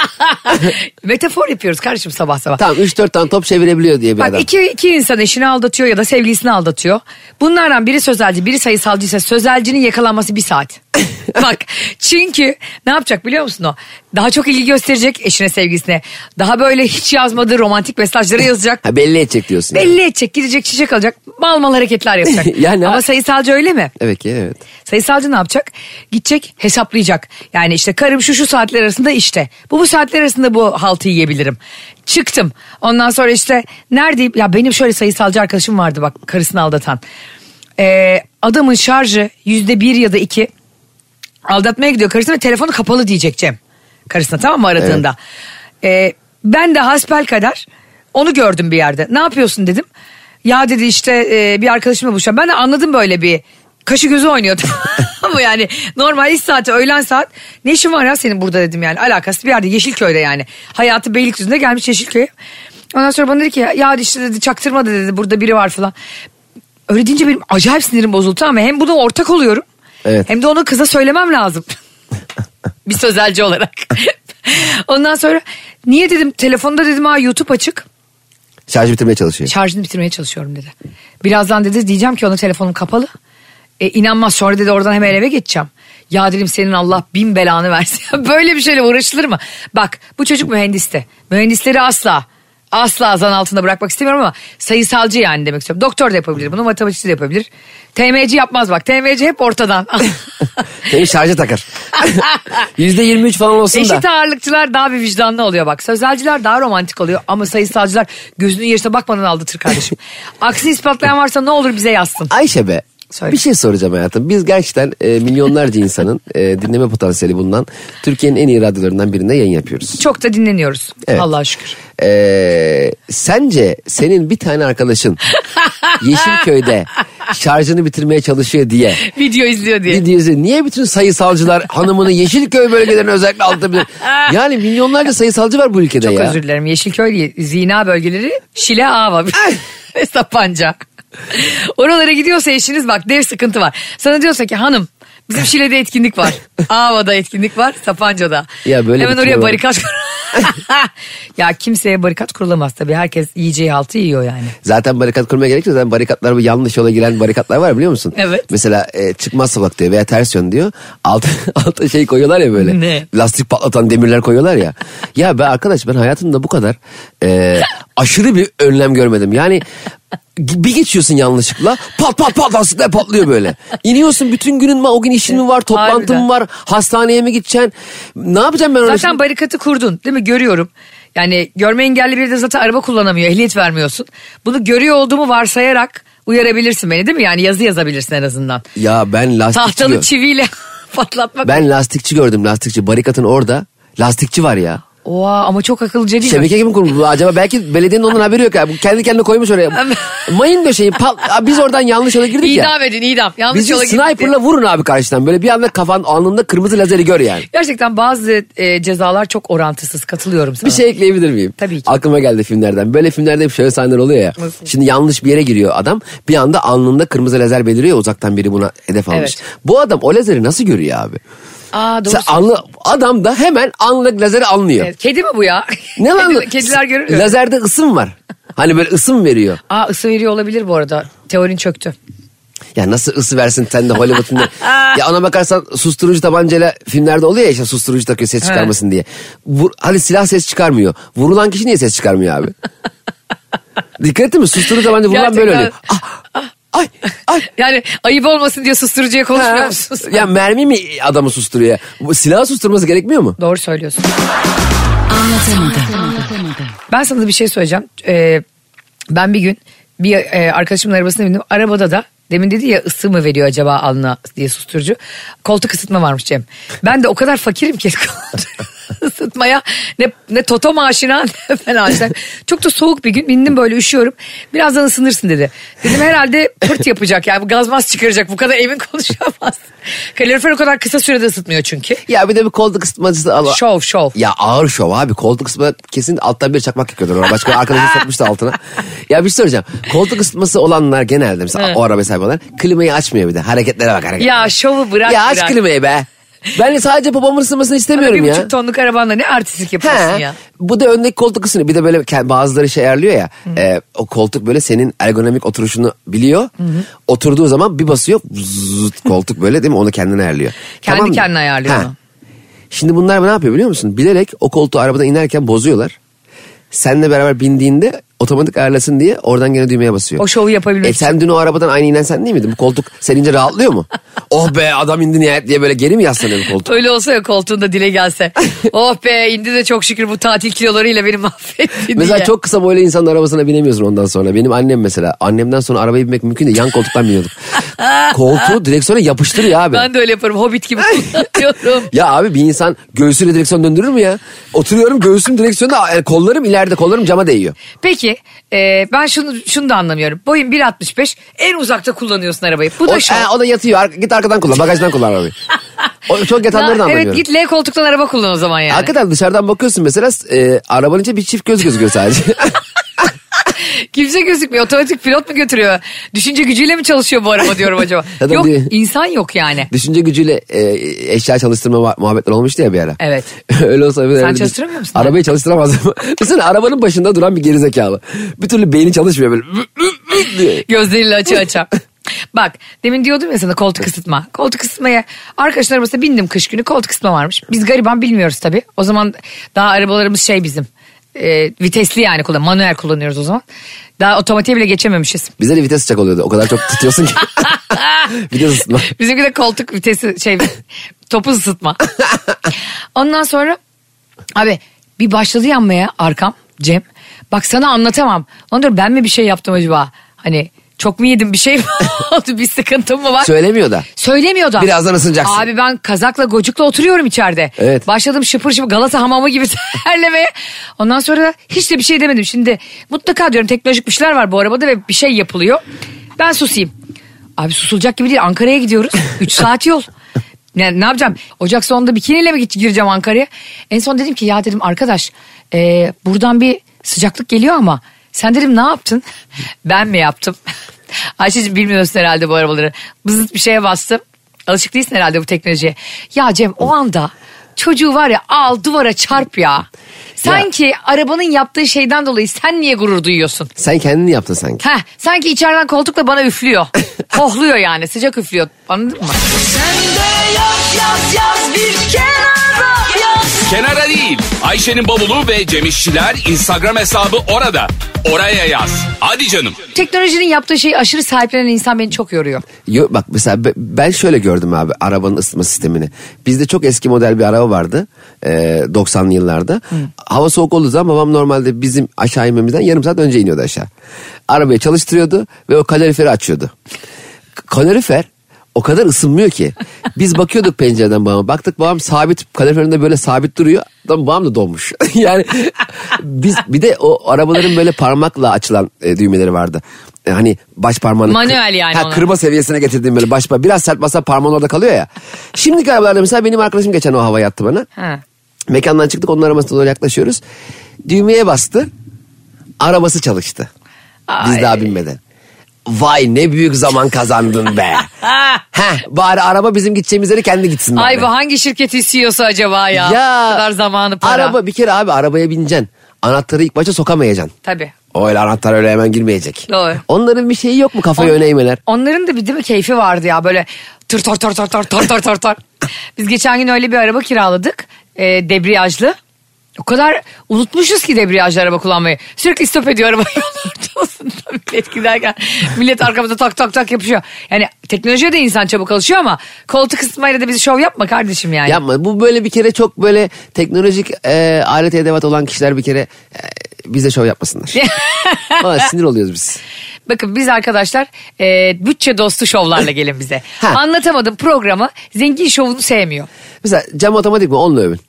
Metafor yapıyoruz kardeşim sabah sabah. Tamam üç dört tane top çevirebiliyor diye bir Bak adam. iki, iki insan eşini aldatıyor ya da sevgilisini aldatıyor. Bunlardan biri sözelci, biri sayısalcı ise sözelcinin yakalanması bir saat. Bak çünkü ne yapacak biliyor musun o? Daha çok ilgi gösterecek eşine, sevgilisine. Daha böyle hiç yazmadığı romantik mesajları yazacak. Ha, belli edecek diyorsun. Belli yani. edecek, gidecek, çiçek alacak, mal mal hareketler yapacak. Yani Ama ha- sayısalcı öyle mi? Evet ki evet. Sayısalcı ne yapacak? Gidecek, hesaplayacak. Yani işte karım şu şu saatler arasında işte. Bu bu saatler arasında bu haltı yiyebilirim. Çıktım. Ondan sonra işte neredeyim? Ya benim şöyle sayısalcı arkadaşım vardı bak, karısını aldatan. Ee, adamın şarjı yüzde bir ya da iki. Aldatmaya gidiyor karısına ve telefonu kapalı diyecek Cem. Karısına, tamam mı, aradığında. Ee, ben de hasbelkader onu gördüm bir yerde. Ne yapıyorsun dedim. Ya dedi işte e, bir arkadaşımla buluşacağım. Ben de anladım böyle bir kaşı gözü oynuyordu. Ama yani normal iş saati, öğlen saat. Ne işin var ya senin burada dedim yani. Alakası bir yerde, Yeşilköy'de yani. Hayatı Beylikdüzü'nde gelmiş Yeşilköy'e. Ondan sonra bana dedi ki ya işte dedi çaktırma da dedi, burada biri var falan. Öyle deyince benim acayip sinirim bozuldu ama hem buna ortak oluyorum. Evet. Hem de onu kıza söylemem lazım. Bir sözelci olarak. Ondan sonra niye dedim, telefonda dedim ha YouTube açık. Şarjı bitirmeye çalışıyor. Şarjını bitirmeye çalışıyorum dedi. Birazdan dedi diyeceğim ki ona telefonum kapalı. E, inanmaz, sonra dedi oradan hemen eve geçeceğim. Ya dedim senin Allah bin belanı versin. Böyle bir şeyle uğraşılır mı? Bak bu çocuk mühendisti. Mühendisleri asla asla zan altında bırakmak istemiyorum ama sayısalcı yani demek istiyorum. Doktor da yapabilir bunu, matematikçi de yapabilir. T M C yapmaz bak. T M C hep ortadan. Seni şarja takar. Yüzde yirmi üç falan olsun da. Eşit ağırlıkçılar daha bir vicdanlı oluyor bak. Sözelciler daha romantik oluyor ama sayısalcılar gözünün yaşına bakmadan aldatır kardeşim. Aksini ispatlayan varsa ne olur bize yazsın. Ayşe be. Söyle. Bir şey soracağım hayatım. Biz gerçekten e, milyonlarca insanın e, dinleme potansiyeli bulunan Türkiye'nin en iyi radyolarından birinde yayın yapıyoruz. Çok da dinleniyoruz. Evet. Allah'a şükür. E, sence senin bir tane arkadaşın Yeşilköy'de şarjını bitirmeye çalışıyor diye Video izliyor diye. videosu niye bütün sayısalcılar hanımını Yeşilköy bölgelerine özellikle aldatabilir? Yani milyonlarca sayısalcı var bu ülkede Çok ya. özür dilerim. Yeşilköy değil. Zina bölgeleri Şile Ava ve Sapanca. Oralara gidiyorsa eşiniz bak dev sıkıntı var. Sana diyorsa ki hanım bizim Şile'de etkinlik var. Ava'da etkinlik var, Sapanca'da. Ya böyle hemen bir oraya şey var. barikat kur. Ya kimseye barikat kurulamaz tabii. Herkes yiyeceği haltı yiyor yani. Zaten barikat kurmaya gerek yok. Zaten barikatlar bu yanlış yola giren barikatlar var biliyor musun? Evet. Mesela e, çıkmaz sokak diyor veya ters yön diyor. Alta, alta şey koyuyorlar ya böyle. Ne? Lastik patlatan demirler koyuyorlar ya. Ya ben arkadaş ben hayatımda bu kadar e, aşırı bir önlem görmedim. Yani bir geçiyorsun yanlışlıkla pat pat pat lastikler patlıyor böyle. İniyorsun bütün günün var, o gün işin mi var, toplantın Harbiden. var, hastaneye mi gideceksin? Ne yapacağım ben orada? Zaten barikatı kurdun değil mi? Görüyorum. Yani görme engelli biri de zaten araba kullanamıyor. Ehliyet vermiyorsun. Bunu görüyor olduğumu varsayarak uyarabilirsin beni değil mi? Yani yazı yazabilirsin en azından. Ya ben lastikçi Tahtalı gör- çiviyle patlatmak. Ben lastikçi gördüm lastikçi. Barikatın orada lastikçi var ya. Oha ama çok akıllıca değil mi? Şebeke gibi kurmuş. Acaba belki belediyenin ondan haberi yok ya. Bu kendi kendine koymuş oraya. Mayın döşeyi. Pal- biz oradan yanlış yola girdik ya. İdam edin idam. Yanlış Bizi yola girdik. sniper'la vurun abi karşıdan. Böyle bir anda kafan alnında kırmızı lazeri gör yani. Gerçekten bazı e, cezalar çok orantısız. Katılıyorum sana. Bir şey ekleyebilir miyim? Tabii ki. Aklıma geldi filmlerden. Böyle filmlerde hep şöyle sahneler oluyor ya. Nasıl? Şimdi yanlış bir yere giriyor adam. Bir anda alnında kırmızı lazer beliriyor. Uzaktan biri buna hedef almış. Evet. Bu adam o lazeri nasıl görüyor abi? Aa doğru. Sen anla, adam da hemen anlık lazeri anlıyor. Evet, kedi mi bu ya? Ne lan? Kedi- Kediler görür. Lazerde ısım var. Hani böyle ısım veriyor. Aa ısı veriyor olabilir bu arada. Teorin çöktü. Ya nasıl ısı versin sen de Hollywood filmde. Ya ona bakarsan susturucu tabancayla filmlerde oluyor ya işte susturucu takıyor ses çıkarmasın diye. Vur, hani silah ses çıkarmıyor. Vurulan kişi niye ses çıkarmıyor abi? Dikkat ettin mi? Susturucu tabanca vurulan Gerçekten. böyle oluyor. Ah, ah, ay, ay. Yani ayıp olmasın diye susturucuya konuşmuyor Ha. musunuz? Ya mermi mi adamı susturuyor? Bu silahı susturması gerekmiyor mu? Doğru söylüyorsun. Ben sana da bir şey söyleyeceğim. Ee, ben bir gün bir e, arkadaşımın arabasına bindim. Arabada da demin dedi ya ısı mı veriyor acaba alnına diye susturucu. Koltuk ısıtma varmış Cem. Ben de o kadar fakirim ki ısıtmaya ne, ne toto maaşına ne fena aşina. Çok da soğuk bir gün bindim böyle üşüyorum. Birazdan ısınırsın dedi. Dedim herhalde pırt yapacak yani gazmaz çıkaracak bu kadar emin konuşamaz. Kalorifer o kadar kısa sürede ısıtmıyor çünkü. Ya bir de bir koltuk ısıtmacısı al. Şov şov. Ya ağır şov abi. Koltuk ısıtma kesin alttan bir çakmak yakıyordur. Ona. Başka arkadaşı sokmuş da altına. Ya bir şey söyleyeceğim. Koltuk ısıtması olanlar genelde mesela Evet. o araba sahibi olanlar klimayı açmıyor bir de. Hareketlere bak hareketlere. Ya şovu bırak Ya aç bırak. klimayı be. Ben de sadece popomun ısınmasını istemiyorum bir ya. buçuk tonluk arabanla ne artistlik yapıyorsun He, ya. bu da öndeki koltuk ısınıyor. Bir de böyle ke- bazıları şey ayarlıyor ya. E, o koltuk böyle senin ergonomik oturuşunu biliyor. Oturduğu zaman bir basıyor. Zıt, koltuk böyle değil mi? Onu kendine ayarlıyor. Kendi Tamam mı? kendine ayarlıyor He. onu. Şimdi bunlar ne yapıyor biliyor musun? Bilerek o koltuğu arabadan inerken bozuyorlar. Seninle beraber bindiğinde otomatik ayarlasın diye oradan gene düğmeye basıyor. O şovu yapabilmek E için. sen dün o arabadan aynı inen sen değil miydin? Bu koltuk senince rahatlıyor mu? Oh be adam indi nihayet diye böyle geri mi yaslanıyor bu koltuk? Öyle olsa ya koltuğunda dile gelse. Oh be indi de çok şükür bu tatil kilolarıyla beni mahvetti diye. Mesela çok kısa boylu insanın arabasına binemiyorsun ondan sonra. Benim annem mesela. Annemden sonra arabaya binmek mümkün değil. Yan koltuktan biniyorduk. Koltuğu direksiyona yapıştırıyor abi. Ben de öyle yaparım. Hobbit gibi kullanıyorum. Ya abi bir insan göğsüyle direksiyon döndürür mü ya? Oturuyorum göğsüm direksiyonda yani kollarım ileride kollarım cama değiyor. Peki e, ben şunu şunu da anlamıyorum. Boyun bir altmış beş en uzakta kullanıyorsun arabayı. Bu O, da şov. e, o da yatıyor. Ar- git arkadan kullan. Bagajdan kullan arabayı. O, çok yatanları da Ha, anlamıyorum. evet git L koltuktan araba kullan o zaman yani. Hakikaten dışarıdan bakıyorsun mesela e, arabanın içinde bir çift göz gözüküyor sadece. Kimse gözükmüyor. Otomatik pilot mu götürüyor? Düşünce gücüyle mi çalışıyor bu araba diyorum acaba. Zaten Yok değil. insan yok yani. Düşünce gücüyle e, eşya çalıştırma muha- muhabbetler olmuştu ya bir ara. Evet. Öyle olsa. Sen çalıştıramıyor musun? Arabayı çalıştıramazdım. Mesela arabanın başında duran bir gerizekalı. Bir türlü beyni çalışmıyor böyle. diye. Gözleriyle açı açı. Bak demin diyordum ya sana koltuk ısıtma. Koltuk ısıtmaya arkadaşlar arabasına bindim kış günü koltuk ısıtma varmış. Biz gariban bilmiyoruz tabii. O zaman daha arabalarımız şey bizim. E, vitesli yani kullan manuel kullanıyoruz o zaman. Daha otomatiğe bile geçememişiz. Bize de vites sıcak oluyordu. O kadar çok tutuyorsun ki. Vites ısıtma. Bizimki de koltuk vitesi şey topu ısıtma. Ondan sonra abi bir başladı yanmaya arkam Cem. Bak sana anlatamam. Ondan ben mi bir şey yaptım acaba? Hani çok mu yedim bir şey mi oldu bir sıkıntım mı var? Söylemiyor da. Söylemiyor da. Birazdan ısınacaksın. Abi ben kazakla gocukla oturuyorum içeride. Evet. Başladım şıpır şıpır Galata hamamı gibi terlemeye. Ondan sonra da hiç de bir şey demedim. Şimdi mutlaka diyorum teknolojik bir şeyler var bu arabada ve bir şey yapılıyor. Ben susayım. Abi susulacak gibi değil Ankara'ya gidiyoruz. Üç saat yol. Yani ne yapacağım? Ocak sonunda bikiniyle mi gireceğim Ankara'ya? En son dedim ki ya dedim arkadaş e, buradan bir sıcaklık geliyor ama sen dedim ne yaptın? Ben mi yaptım? Ayşe'cim bilmiyorsun herhalde bu arabaları. Bızıt bir şeye bastım. Alışık değilsin herhalde bu teknolojiye. Ya Cem o anda çocuğu var ya al duvara çarp ya. Sanki ya. Arabanın yaptığı şeyden dolayı sen niye gurur duyuyorsun? Sen kendini yaptın sanki. Heh, sanki içeriden koltukla bana üflüyor. Hohluyor yani sıcak üflüyor. Anladın mı? Sen de yaz yaz yaz bir kenara yaz. Kenara değil. Ayşe'nin bavulu ve Cem İşçiler Instagram hesabı orada. Oraya yaz. Hadi canım. Teknolojinin yaptığı şeyi aşırı sahiplenen insan beni çok yoruyor. Yo, bak mesela ben şöyle gördüm abi arabanın ısıtma sistemini. Bizde çok eski model bir araba vardı e, doksanlı yıllarda. Hı. Hava soğuk olduğu zaman babam normalde bizim aşağı inmemizden yarım saat önce iniyordu aşağı. Arabayı çalıştırıyordu ve o kaloriferi açıyordu. Kalorifer O kadar ısınmıyor ki. Biz bakıyorduk pencereden babama. Baktık babam sabit, kalorifer önünde böyle sabit duruyor. Tam babam da donmuş. Yani biz bir de o arabaların böyle parmakla açılan e, düğmeleri vardı. E, hani baş parmağını manuel yani ha, kırma seviyesine getirdiğim böyle baş parmağı. Biraz sert basa parmağın orada kalıyor ya. Şimdiki arabalarda mesela benim arkadaşım geçen o havayı attı bana. Ha. Mekandan çıktık, onun arabasına doğru yaklaşıyoruz. Düğmeye bastı. Arabası çalıştı. Biz Ay. daha binmeden. Vay ne büyük zaman kazandın be. Heh, bari araba bizim gideceğimiz yere kendi gitsin. Ay bari. bu hangi şirketi C E O'su acaba ya? Ya Bu kadar zamanı para. araba bir kere abi arabaya bineceksin. Anahtarı ilk başta sokamayacaksın. Tabii. Öyle anahtar öyle hemen girmeyecek. Doğru. Onların bir şeyi yok mu kafayı öne eğmeler? Onların da bir değil mi keyfi vardı ya böyle tır tor tor tor tor tor tor tor tor. Biz geçen gün öyle bir araba kiraladık. E, debriyajlı. O kadar unutmuşuz ki debriyajlı araba kullanmayı. Sürekli stop ediyor araba yollarda olsun. Tabii millet giderken millet arkamızda tak tak tak yapışıyor. Yani teknolojiye de insan çabuk alışıyor ama koltuk ısıtmayla da bizi şov yapma kardeşim yani. Yapma. Bu böyle bir kere çok böyle teknolojik e, alet edevat olan kişiler bir kere e, bize şov yapmasınlar. Valla sinir oluyoruz biz. Bakın biz arkadaşlar e, bütçe dostu şovlarla gelin bize. Ha. Anlatamadım programı zengin şovunu sevmiyor. Mesela cam otomatik mi? Onunla övün.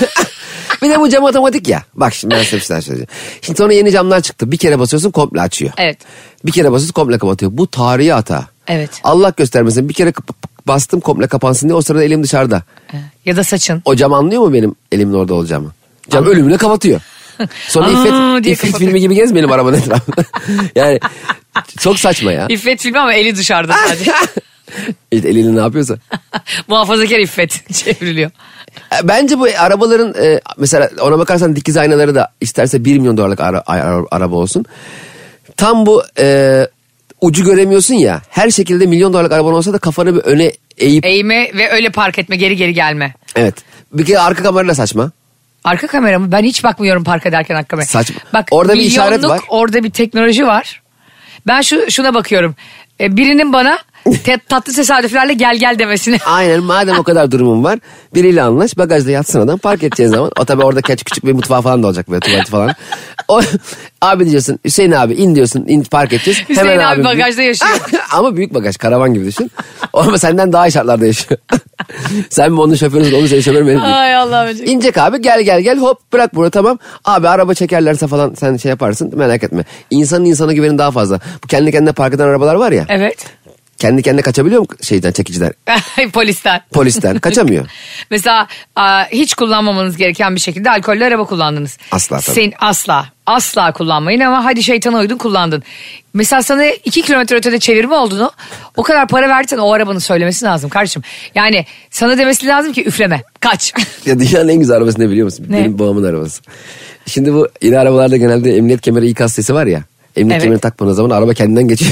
Bir de bu cam otomatik ya. Bak şimdi ben size bir şey söyleyeceğim. Şimdi sonra yeni camlar çıktı. Bir kere basıyorsun komple açıyor. Evet. Bir kere basıyorsun komple kapatıyor. Bu tarihi hata. Evet. Allah göstermesin bir kere kap- bastım komple kapansın diye o sırada elim dışarıda. Ya da saçın. O cam anlıyor mu benim elimin orada olacağımı? Cam Anlıyor. ölümüne kapatıyor. Sonra Aa İffet, diye İffet kapatıyor. filmi gibi gezmeyelim arabanın etrafında. Yani çok saçma ya. İffet filmi ama eli dışarıda sadece. İşte eliyle ne yapıyorsa. Muhafazakar İffet çevriliyor. E, Bence bu arabaların e, mesela ona bakarsan dikiz aynaları da isterse bir milyon dolarlık ara, ara- araba olsun. Tam bu e, ucu göremiyorsun ya. Her şekilde milyon dolarlık araban olsa da kafanı bir öne eğip. Eğme ve öyle park etme geri geri gelme. Evet. Bir kere arka kamerayla saçma. Arka kamera mı? Ben hiç bakmıyorum park ederken arka kamera. Saçma. Bak, Orada bir işaret milyonluk var. Orada bir teknoloji var. Ben şu şuna bakıyorum. E, birinin bana te- tatlı tesadüflerle gel gel demesini. Aynen, madem o kadar durumun var biriyle anlaş, bagajda yatsın adam, park edeceğin zaman. O tabii orada küçük küçük bir mutfağı falan da olacak, böyle tuvaleti falan. O, abi diyeceksin Hüseyin abi in diyorsun, in park edeceğiz. Hüseyin Hemen abi bagajda yaşıyor. Ama büyük bagaj, karavan gibi düşün. O ama senden daha iyi şartlarda yaşıyor. Sen mi onun şoförüsün, onun senin şoförün benim değil. Ay Allah'ım. İnecek abi, gel gel gel, hop bırak burada, tamam. Abi araba çekerlerse falan sen şey yaparsın, merak etme. İnsanın insana güveni daha fazla. Bu kendi kendine park eden arabalar var ya. Evet. Kendi kendine kaçabiliyor mu şeyden, çekiciden? Polisten. Polisten kaçamıyor. Mesela a, hiç kullanmamanız gereken bir şekilde alkollü araba kullandınız. Asla tabii. Sen asla. Asla kullanmayın ama hadi şeytana uydun kullandın. Mesela sana iki kilometre ötede çevirme olduğunu o kadar para verdiysen o arabanın söylemesi lazım kardeşim. Yani sana demesi lazım ki üfleme kaç. Ya dünyanın en güzel arabası ne biliyor musun? Ne? Benim babamın arabası. Şimdi bu yeni arabalarda genelde emniyet kemeri ikaz sesi var ya. Emniyet Evet. kemerini takmadığın zaman araba kendinden geçiyor.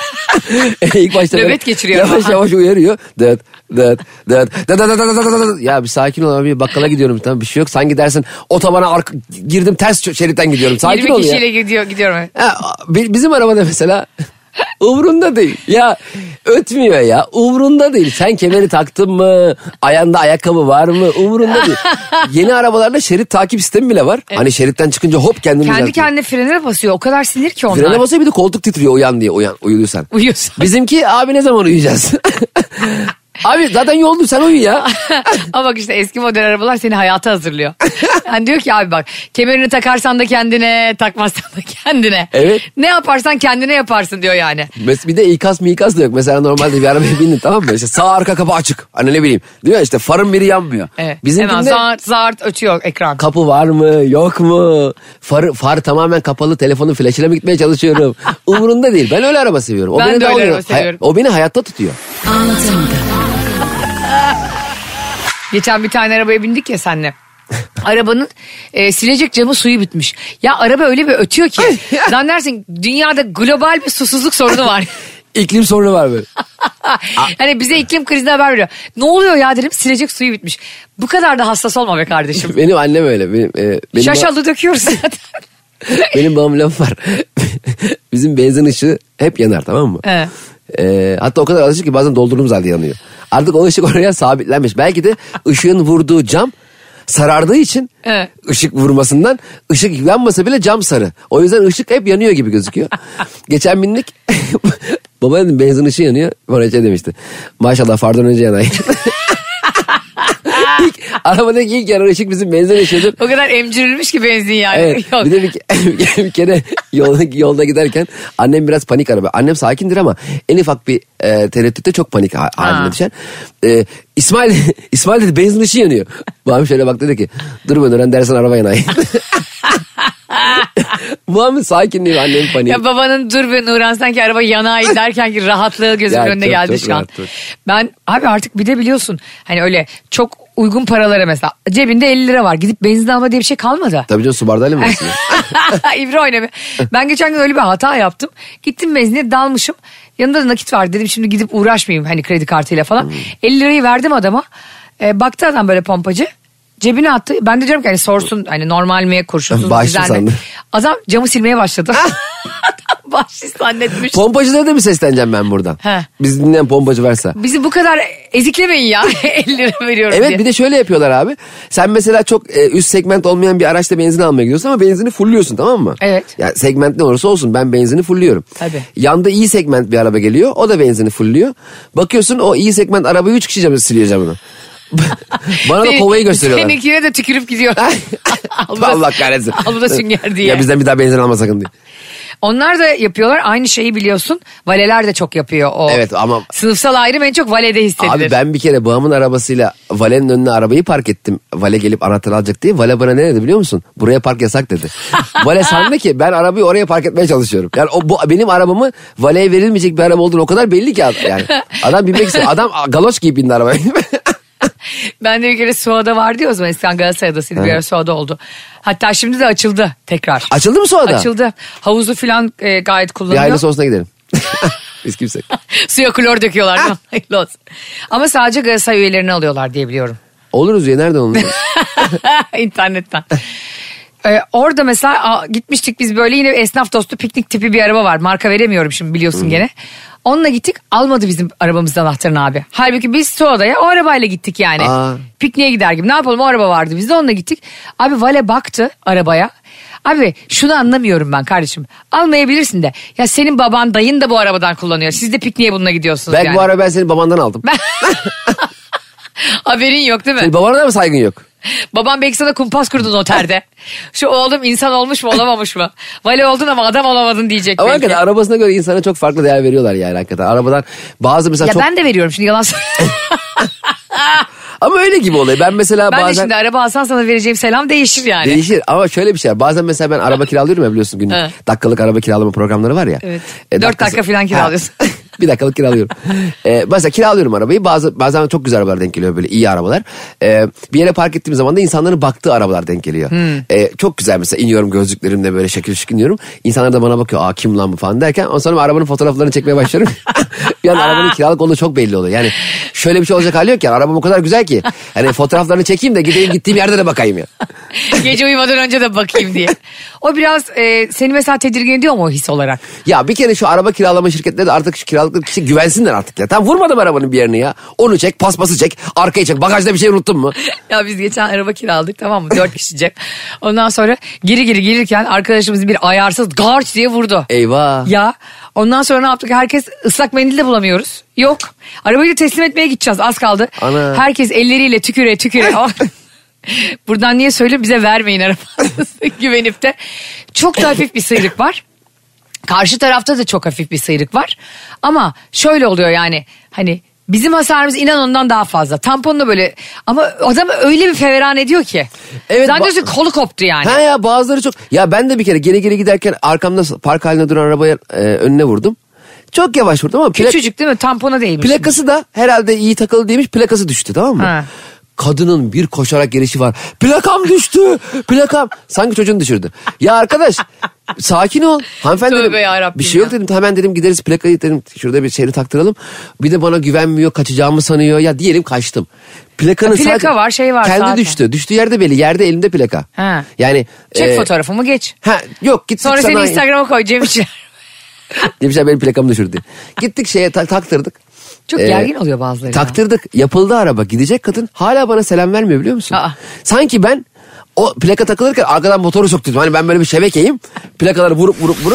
İlk başta böyle Nöbet geçiriyor Yavaş ama. yavaş uyarıyor. Dıt dıt dıt dıt dıt dıt dıt dıt dıt. Ya bir sakin ol abi, bakkala gidiyorum, tamam bir şey yok. Sen gidersin otobana arka, girdim ters şeritten gidiyorum. Sakin yirmi ol ya. kişiyle gidiyor, gidiyorum. Ha, bi- bizim arabada mesela umrunda değil. Ya ötmüyor ya. Umrunda değil. Sen kemeri taktın mı? Ayağında ayakkabı var mı? Umrunda değil. Yeni arabalarda şerit takip sistemi bile var. Hani şeritten çıkınca hop kendini Kendi düzeltiyor. kendine frene basıyor. O kadar sinir ki onlar. Frene basıyor, bir de koltuk titriyor uyan diye, uyan uyuyorsan. Uyuyorsun. Bizimki abi ne zaman uyuyacağız? Abi zaten yoldu, sen uyu ya. Ama bak işte eski model arabalar seni hayata hazırlıyor. Yani diyor ki abi bak kemerini takarsan da kendine, takmazsan da kendine. Evet. Ne yaparsan kendine yaparsın diyor yani. Mes- bir de ikaz mı ikaz da yok. Mesela normalde bir arabaya bindin, tamam mı? İşte sağ arka kapı açık. Hani ne bileyim. Değil mi? İşte farın biri yanmıyor. Evet. Bizimkinde Hemen zart zart ötüyor ekran. kapı var mı yok mu? Far, far tamamen kapalı, telefonun flaşıyla mı gitmeye çalışıyorum? Umurunda değil. Ben öyle araba seviyorum. O Ben beni de daha öyle oluyor. araba seviyorum. Hay- o beni hayatta tutuyor. Geçen bir tane arabaya bindik ya senle. Arabanın e, silecek camı suyu bitmiş. Ya araba öyle bir ötüyor ki. Zannedersin dünyada global bir susuzluk sorunu var. İklim sorunu var böyle. Hani bize iklim krizine haber veriyor. Ne oluyor ya dedim, silecek suyu bitmiş. Bu kadar da hassas olma be kardeşim. Benim annem öyle. Benim, e, benim, Şaşalı döküyoruz zaten. benim babamın lafı var. Bizim benzin ışığı hep yanar, tamam mı? Evet. Ee, hatta o kadar alışık ki bazen doldurduğumuz halde yanıyor. Artık o ışık oraya sabitlenmiş. Belki de ışığın vurduğu cam sarardığı için Evet. ışık vurmasından ışık yanmasa bile cam sarı. O yüzden ışık hep yanıyor gibi gözüküyor. Geçen bindik Baba dedim benzin ışığı yanıyor. Bana şey demişti. Maşallah fardan önce yanay. İlk, arabadaki ilk yanan ışık bizim benzin ışığıdır. O kadar emcirilmiş ki benzin yani. Evet. Yok. Bir de bir, bir kere yolda, yolda giderken annem biraz panik araba. Annem sakindir ama en ufak bir e, tereddütte çok panik ha- haline düşer. E, İsmail İsmail dedi benzin ışığı yanıyor. Babam şöyle baktı dedi ki dur ben öğren dersen araba yanay. Muhammed sakinliği annemin paniği. Ya babanın dur be Nurhan sanki araba yanağı derken ki rahatlığı gözümün Ya önüne çok, geldi çok şu an. rahat, çok. Ben abi artık bir de biliyorsun hani öyle çok uygun paralara mesela cebinde elli lira var gidip benzin alma diye bir şey kalmadı. Tabii canım su bardağıyla mı basıyor? İbra oynama. Ben geçen gün öyle bir hata yaptım. Gittim benzinliğe dalmışım. Yanında da nakit var dedim şimdi gidip uğraşmayayım hani kredi kartıyla falan. Hmm. elli lirayı verdim adama. E, baktı adam böyle pompacı. Cebine attı. Ben de diyorum ki hani sorsun hani normal mi kurşunsuz mu güzel mi? Adam camı silmeye başladı. Bahşiş zannetmiş. Pompacılara da mı sesleneceğim ben buradan? He. Biz dinleyen pompacı varsa. Bizi bu kadar eziklemeyin ya. elli lira veriyorum Evet diye. bir de şöyle yapıyorlar abi. Sen mesela çok e, üst segment olmayan bir araçta benzin almaya gidiyorsun ama benzini fullüyorsun tamam mı? Evet. Yani segment ne olursa olsun ben benzini fullüyorum. Tabii. Yanda iyi segment bir araba geliyor o da benzini fullüyor. Bakıyorsun o iyi segment arabayı üç kişi camı siliyor camını. Bana da kovayı gösteriyorlar. Seninkine de tükürüp gidiyor. Allah kahretsin. Al bu da sünger diye. Ya bizden bir daha benzin alma sakın diye. Onlar da yapıyorlar aynı şeyi biliyorsun. Valeler de çok yapıyor o. Evet ama. Sınıfsal ayrım en çok valede hissedilir. Abi ben bir kere babamın arabasıyla valenin önüne arabayı park ettim. Vale gelip anahtarı alacak diye. Vale bana ne dedi biliyor musun? Buraya park yasak dedi. Vale sandı ki ben arabayı oraya park etmeye çalışıyorum. Yani o bu, benim arabamı valeye verilmeyecek bir araba olduğunu o kadar belli ki. Yani adam binmek istiyor. Adam galoş gibi bindi arabaya. Ben de bir kere Suada vardı ya o zaman eskiden Galatasaray Adası'ydı bir ara Suada oldu. Hatta şimdi de açıldı tekrar. Açıldı mı Suada? Açıldı. Havuzu falan e, gayet Bir kullanılıyor. aile sonsuna gidelim. Biz kimsek. Suya klor döküyorlar. Hayırlı olsun. Ama sadece Galatasaray üyelerini alıyorlar diye biliyorum. Oluruz ya nereden oluruz? İnternetten. Ee, orada mesela a, gitmiştik biz böyle yine esnaf dostu piknik tipi bir araba var. Marka veremiyorum şimdi biliyorsun hmm. gene. Onunla gittik almadı bizim arabamızın anahtarını abi. Halbuki biz Suada'ya o arabayla gittik yani. Aa. Pikniğe gider gibi ne yapalım o araba vardı biz de onunla gittik. Abi vale baktı arabaya. Abi şunu anlamıyorum ben kardeşim. Almayabilirsin de. Ya senin baban dayın da bu arabadan kullanıyor. Siz de pikniğe bununla gidiyorsunuz Belki yani. bu arabayı ben senin babandan aldım. Ben... Haberin yok değil mi? Senin babana da mı saygın yok? Babam belki sana kumpas kurdu noterde. Şu oğlum insan olmuş mu olamamış mı? Vale oldun ama adam olamadın diyecek ama belki. hakikaten arabasına göre insana çok farklı değer veriyorlar yani hakikaten. Arabadan bazı mesela ya çok... ben de veriyorum şimdi yalan söylüyorum. Ama öyle gibi oluyor. Ben mesela ben bazen... Ben de şimdi araba alsan sana vereceğim selam değişir yani. Değişir ama şöyle bir şey. Bazen mesela ben araba kiralıyorum ya biliyorsun günlük. Evet. Dakikalık araba kiralama programları var ya. Evet. E, Dört dakika falan kiralıyorsun. Bir dakikalık kiralıyorum. ee, mesela kiralıyorum arabayı. Bazı bazen çok güzel arabalar denk geliyor böyle iyi arabalar. Ee, bir yere park ettiğim zaman da insanların baktığı arabalar denk geliyor. Hmm. Ee, çok güzel mesela iniyorum gözlüklerimle böyle şekil şık iniyorum. İnsanlar da bana bakıyor. Aa kim lan bu falan derken ondan sonra arabanın fotoğraflarını çekmeye başlıyorum. Bir an arabanın kiralık olduğu çok belli oluyor. Yani şöyle bir şey olacak hali yok yani. Arabam o kadar güzel ki. Hani fotoğraflarını çekeyim de gideyim gittiğim yerde de bakayım ya. Gece uyumadan önce de bakayım diye. O biraz e, seni mesela tedirgin ediyor mu o his olarak? Ya bir kere şu araba kiralama şirketleri de artık şu kiralıklı kişi güvensinler artık ya. Tam vurmadım arabanın bir yerini ya. Onu çek, paspası çek, arkayı çek. Bagajda bir şey unuttun mu? Ya biz geçen araba kiraladık tamam mı? Dört kişice. Ondan sonra geri geri gelirken arkadaşımız bir ayarsız garç diye vurdu. Eyvah. Ya ondan sonra ne yaptık? Herkes ıslak mendil de bulamıyoruz. Yok. Arabayı da teslim etmeye gideceğiz. Az kaldı. Ana. Herkes elleriyle tüküre tüküre. Buradan niye söylüyorum bize vermeyin arabanızı güvenip de. Çok da hafif bir sıyrık var. Karşı tarafta da çok hafif bir sıyrık var. Ama şöyle oluyor yani hani bizim hasarımız inan ondan daha fazla. Tamponla böyle ama adam öyle bir feveran ediyor ki. Evet. Zannediyorsun ba- kolu koptu yani. Ha ya bazıları çok. Ya ben de bir kere geri geri giderken arkamda park halinde duran arabaya e, önüne vurdum. Çok yavaş vurdum ama. Plak- Küçücük değil mi? Tampona değmiş. Plakası da herhalde iyi takılı değilmiş plakası düştü tamam mı? Ha. Kadının bir koşarak gelişi var. Plakam düştü. Plakam. Sanki çocuğunu düşürdü. Ya arkadaş sakin ol. Hanımefendi dedim, bir şey yok dedim. Hemen dedim gideriz plakayı dedim. Şurada bir şeyini taktıralım. Bir de bana güvenmiyor kaçacağımı sanıyor. Ya diyelim kaçtım. Plakanın plaka sadece var şey var kendi zaten. düştü. Düştüğü yerde belli. Yerde elimde plaka. Ha. Yani. Çek e, fotoğrafımı geç. Ha, yok gittik sonra sana. seni Instagram'a koy Cem İşçiler. Cem İşçiler benim plakamı düşürdü. Gittik şeye tak, taktırdık. Çok ee, gergin oluyor bazıları. Taktırdık. Ya. Yapıldı araba. Gidecek kadın hala bana selam vermiyor biliyor musun? Aa. Sanki ben o plaka takılırken arkadan motoru soktum. Hani ben böyle bir şebekeyim. Plakaları vurup vurup vurup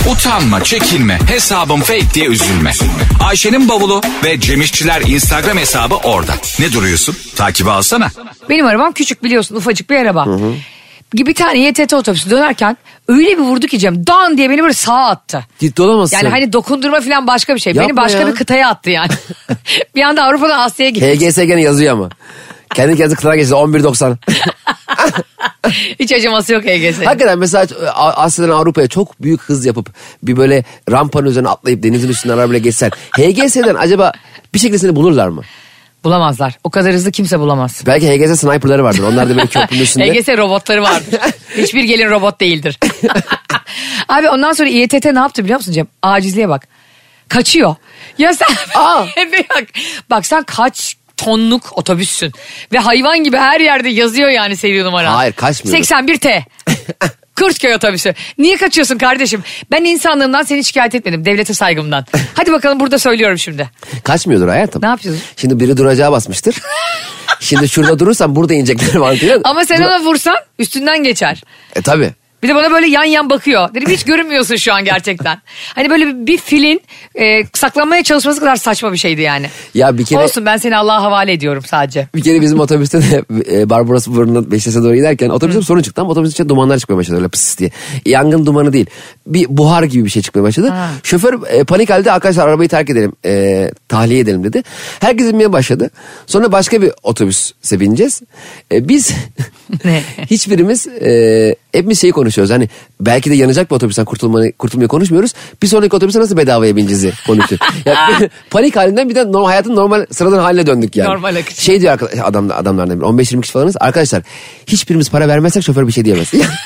Utanma, çekinme, hesabım fake diye üzülme. Ayşe'nin bavulu ve Cemişçiler Instagram hesabı orada. Ne duruyorsun? Takibi alsana. Benim arabam küçük biliyorsun, ufacık bir araba. Hı hı. Bir tane Y T T otobüsü dönerken öyle bir vurdu ki Cem, dan diye beni böyle sağa attı. Ciddi olamazsın. Yani hani dokundurma falan başka bir şey. Yapma beni başka ya. bir kıtaya attı yani. Bir anda Avrupa'dan Asya'ya gitti. H G S gene yazıyor ama. Kendi kendisi kıtana geçti on bir doksan. Hiç acıması yok H G S'nin. Hakikaten mesela Asya'dan Avrupa'ya çok büyük hız yapıp bir böyle rampanın üzerine atlayıp denizin üstünden arabayla geçsen H G S'den acaba bir şekilde seni bulurlar mı? Bulamazlar. O kadar hızlı kimse bulamaz. Belki H G S sniperları vardır. Onlar da böyle köprünün üstünde. H G S robotları vardır. Hiçbir gelin robot değildir. Abi ondan sonra İ E T T ne yaptı biliyor musun Cem? Acizliğe bak. Kaçıyor. Ya sen... Aa. bak, bak sen kaç tonluk otobüssün. Ve hayvan gibi her yerde yazıyor yani seri numara. Hayır, kaçmıyor. seksen bir T. Kurtköy otobüsü. Niye kaçıyorsun kardeşim? Ben insanlığımdan seni şikayet etmedim. Devlete saygımdan. Hadi bakalım burada söylüyorum şimdi. Kaçmıyordur hayatım. Ne yapıyorsun? Şimdi biri duracağı basmıştır. Şimdi şurada durursan burada inecekler mantığıyla. Ama sen ona vursan üstünden geçer. E tabi. Bir de bana böyle yan yan bakıyor. Dedim hiç görünmüyorsun şu an gerçekten. Hani böyle bir, bir filin e, saklanmaya çalışması kadar saçma bir şeydi yani. Ya bir kere... Olsun, ben seni Allah'a havale ediyorum sadece. Bir kere bizim otobüste de e, Barbaros Burnu'nun Beşiktaş'a doğru giderken otobüste bir sorun çıktı ama otobüsün içinde dumanlar çıkmaya başladı öyle pıs diye. Yangın dumanı değil. Bir buhar gibi bir şey çıkmaya başladı. Ha. Şoför e, panik halde arkadaşlar arabayı terk edelim, e, tahliye edelim dedi. Herkes inmeye başladı. Sonra başka bir otobüse bineceğiz. E, biz hiçbirimiz e, hepimiz şeyi konuşuyoruz. Hani belki de yanacak bir otobüsten kurtulmayı, kurtulmayı konuşmuyoruz. Bir sonraki otobüse nasıl bedavaya bineceğiz konuşuyoruz. Yani panik halinden bir de normal, hayatın normal sıradan haline döndük yani. Normal akış. Şey diyor arkadaş, adam, adamlardan biri on beş yirmi kişi falanız. Arkadaşlar hiçbirimiz para vermezsek şoför bir şey diyemez.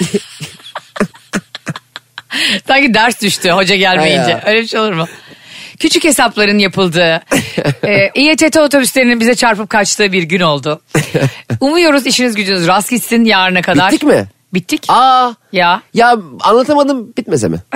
Sanki ders düştü hoca gelmeyince. Öyle bir şey olur mu? Küçük hesapların yapıldığı, e, İ E T T otobüslerinin bize çarpıp kaçtığı bir gün oldu. Umuyoruz işiniz gücünüz rast gitsin yarına kadar. Bittik mi? Bittik. Aa. Ya. Ya anlatamadım, bitmese mi?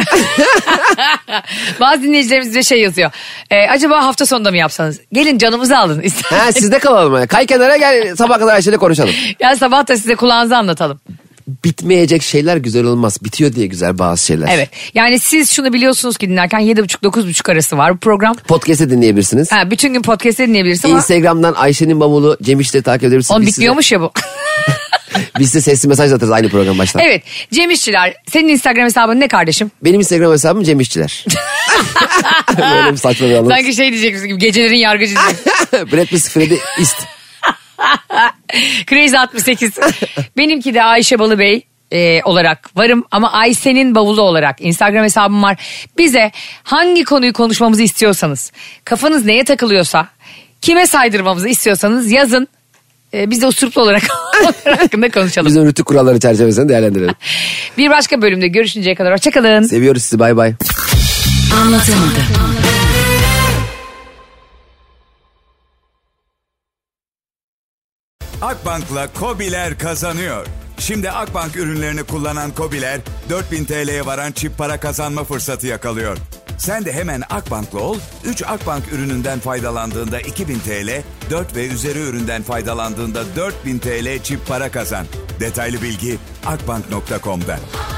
Bazı dinleyicilerimiz bize şey yazıyor. E, acaba hafta sonunda mı yapsanız? Gelin canımızı alın. Ha, sizde kalalım. Yani. Kay kenara gel, sabah kadar Ayşe'yle konuşalım. Gel sabah da size kulağınızı anlatalım. Bitmeyecek şeyler güzel olmaz. Bitiyor diye güzel bazı şeyler. Evet. Yani siz şunu biliyorsunuz ki dinlerken yedi buçuk dokuz buçuk arası var bu program. Podcast'ı dinleyebilirsiniz. Ha, bütün gün podcast'ı dinleyebilirsiniz ama. Instagram'dan Ayşe'nin bavulu Cem İşçileri takip edebilirsiniz. Onun Biz bitmiyormuş size... ya bu. Biz de sesli mesaj atarız aynı program başlar. Evet. Cem İşçiler, senin Instagram hesabın ne kardeşim? Benim Instagram hesabım Cem İşçiler. Böyle bir saçma bir anlam. Sanki şey diyeceksin gibi, gecelerin yargıcı diyeceksin. Brad Pitt Freddy ist. Crazy altmış sekiz. Benimki de Ayşe Balıbey e, olarak varım ama Ayşe'nin bavulu olarak Instagram hesabım var. Bize hangi konuyu konuşmamızı istiyorsanız, kafanız neye takılıyorsa, kime saydırmamızı istiyorsanız yazın. E, biz de usuruplu olarak hakkında konuşalım. Biz rütük kuralları çerçevesinde değerlendirelim. Bir başka bölümde görüşünceye kadar hoşçakalın. Seviyoruz sizi, bay bay. Anlatamadım. Akbank'la KOBİ'ler kazanıyor. Şimdi Akbank ürünlerini kullanan KOBİ'ler dört bin T L'ye varan çip para kazanma fırsatı yakalıyor. Sen de hemen Akbank'lı ol, üç Akbank ürününden faydalandığında iki bin T L, dört ve üzeri üründen faydalandığında dört bin T L çip para kazan. Detaylı bilgi akbank nokta com'da.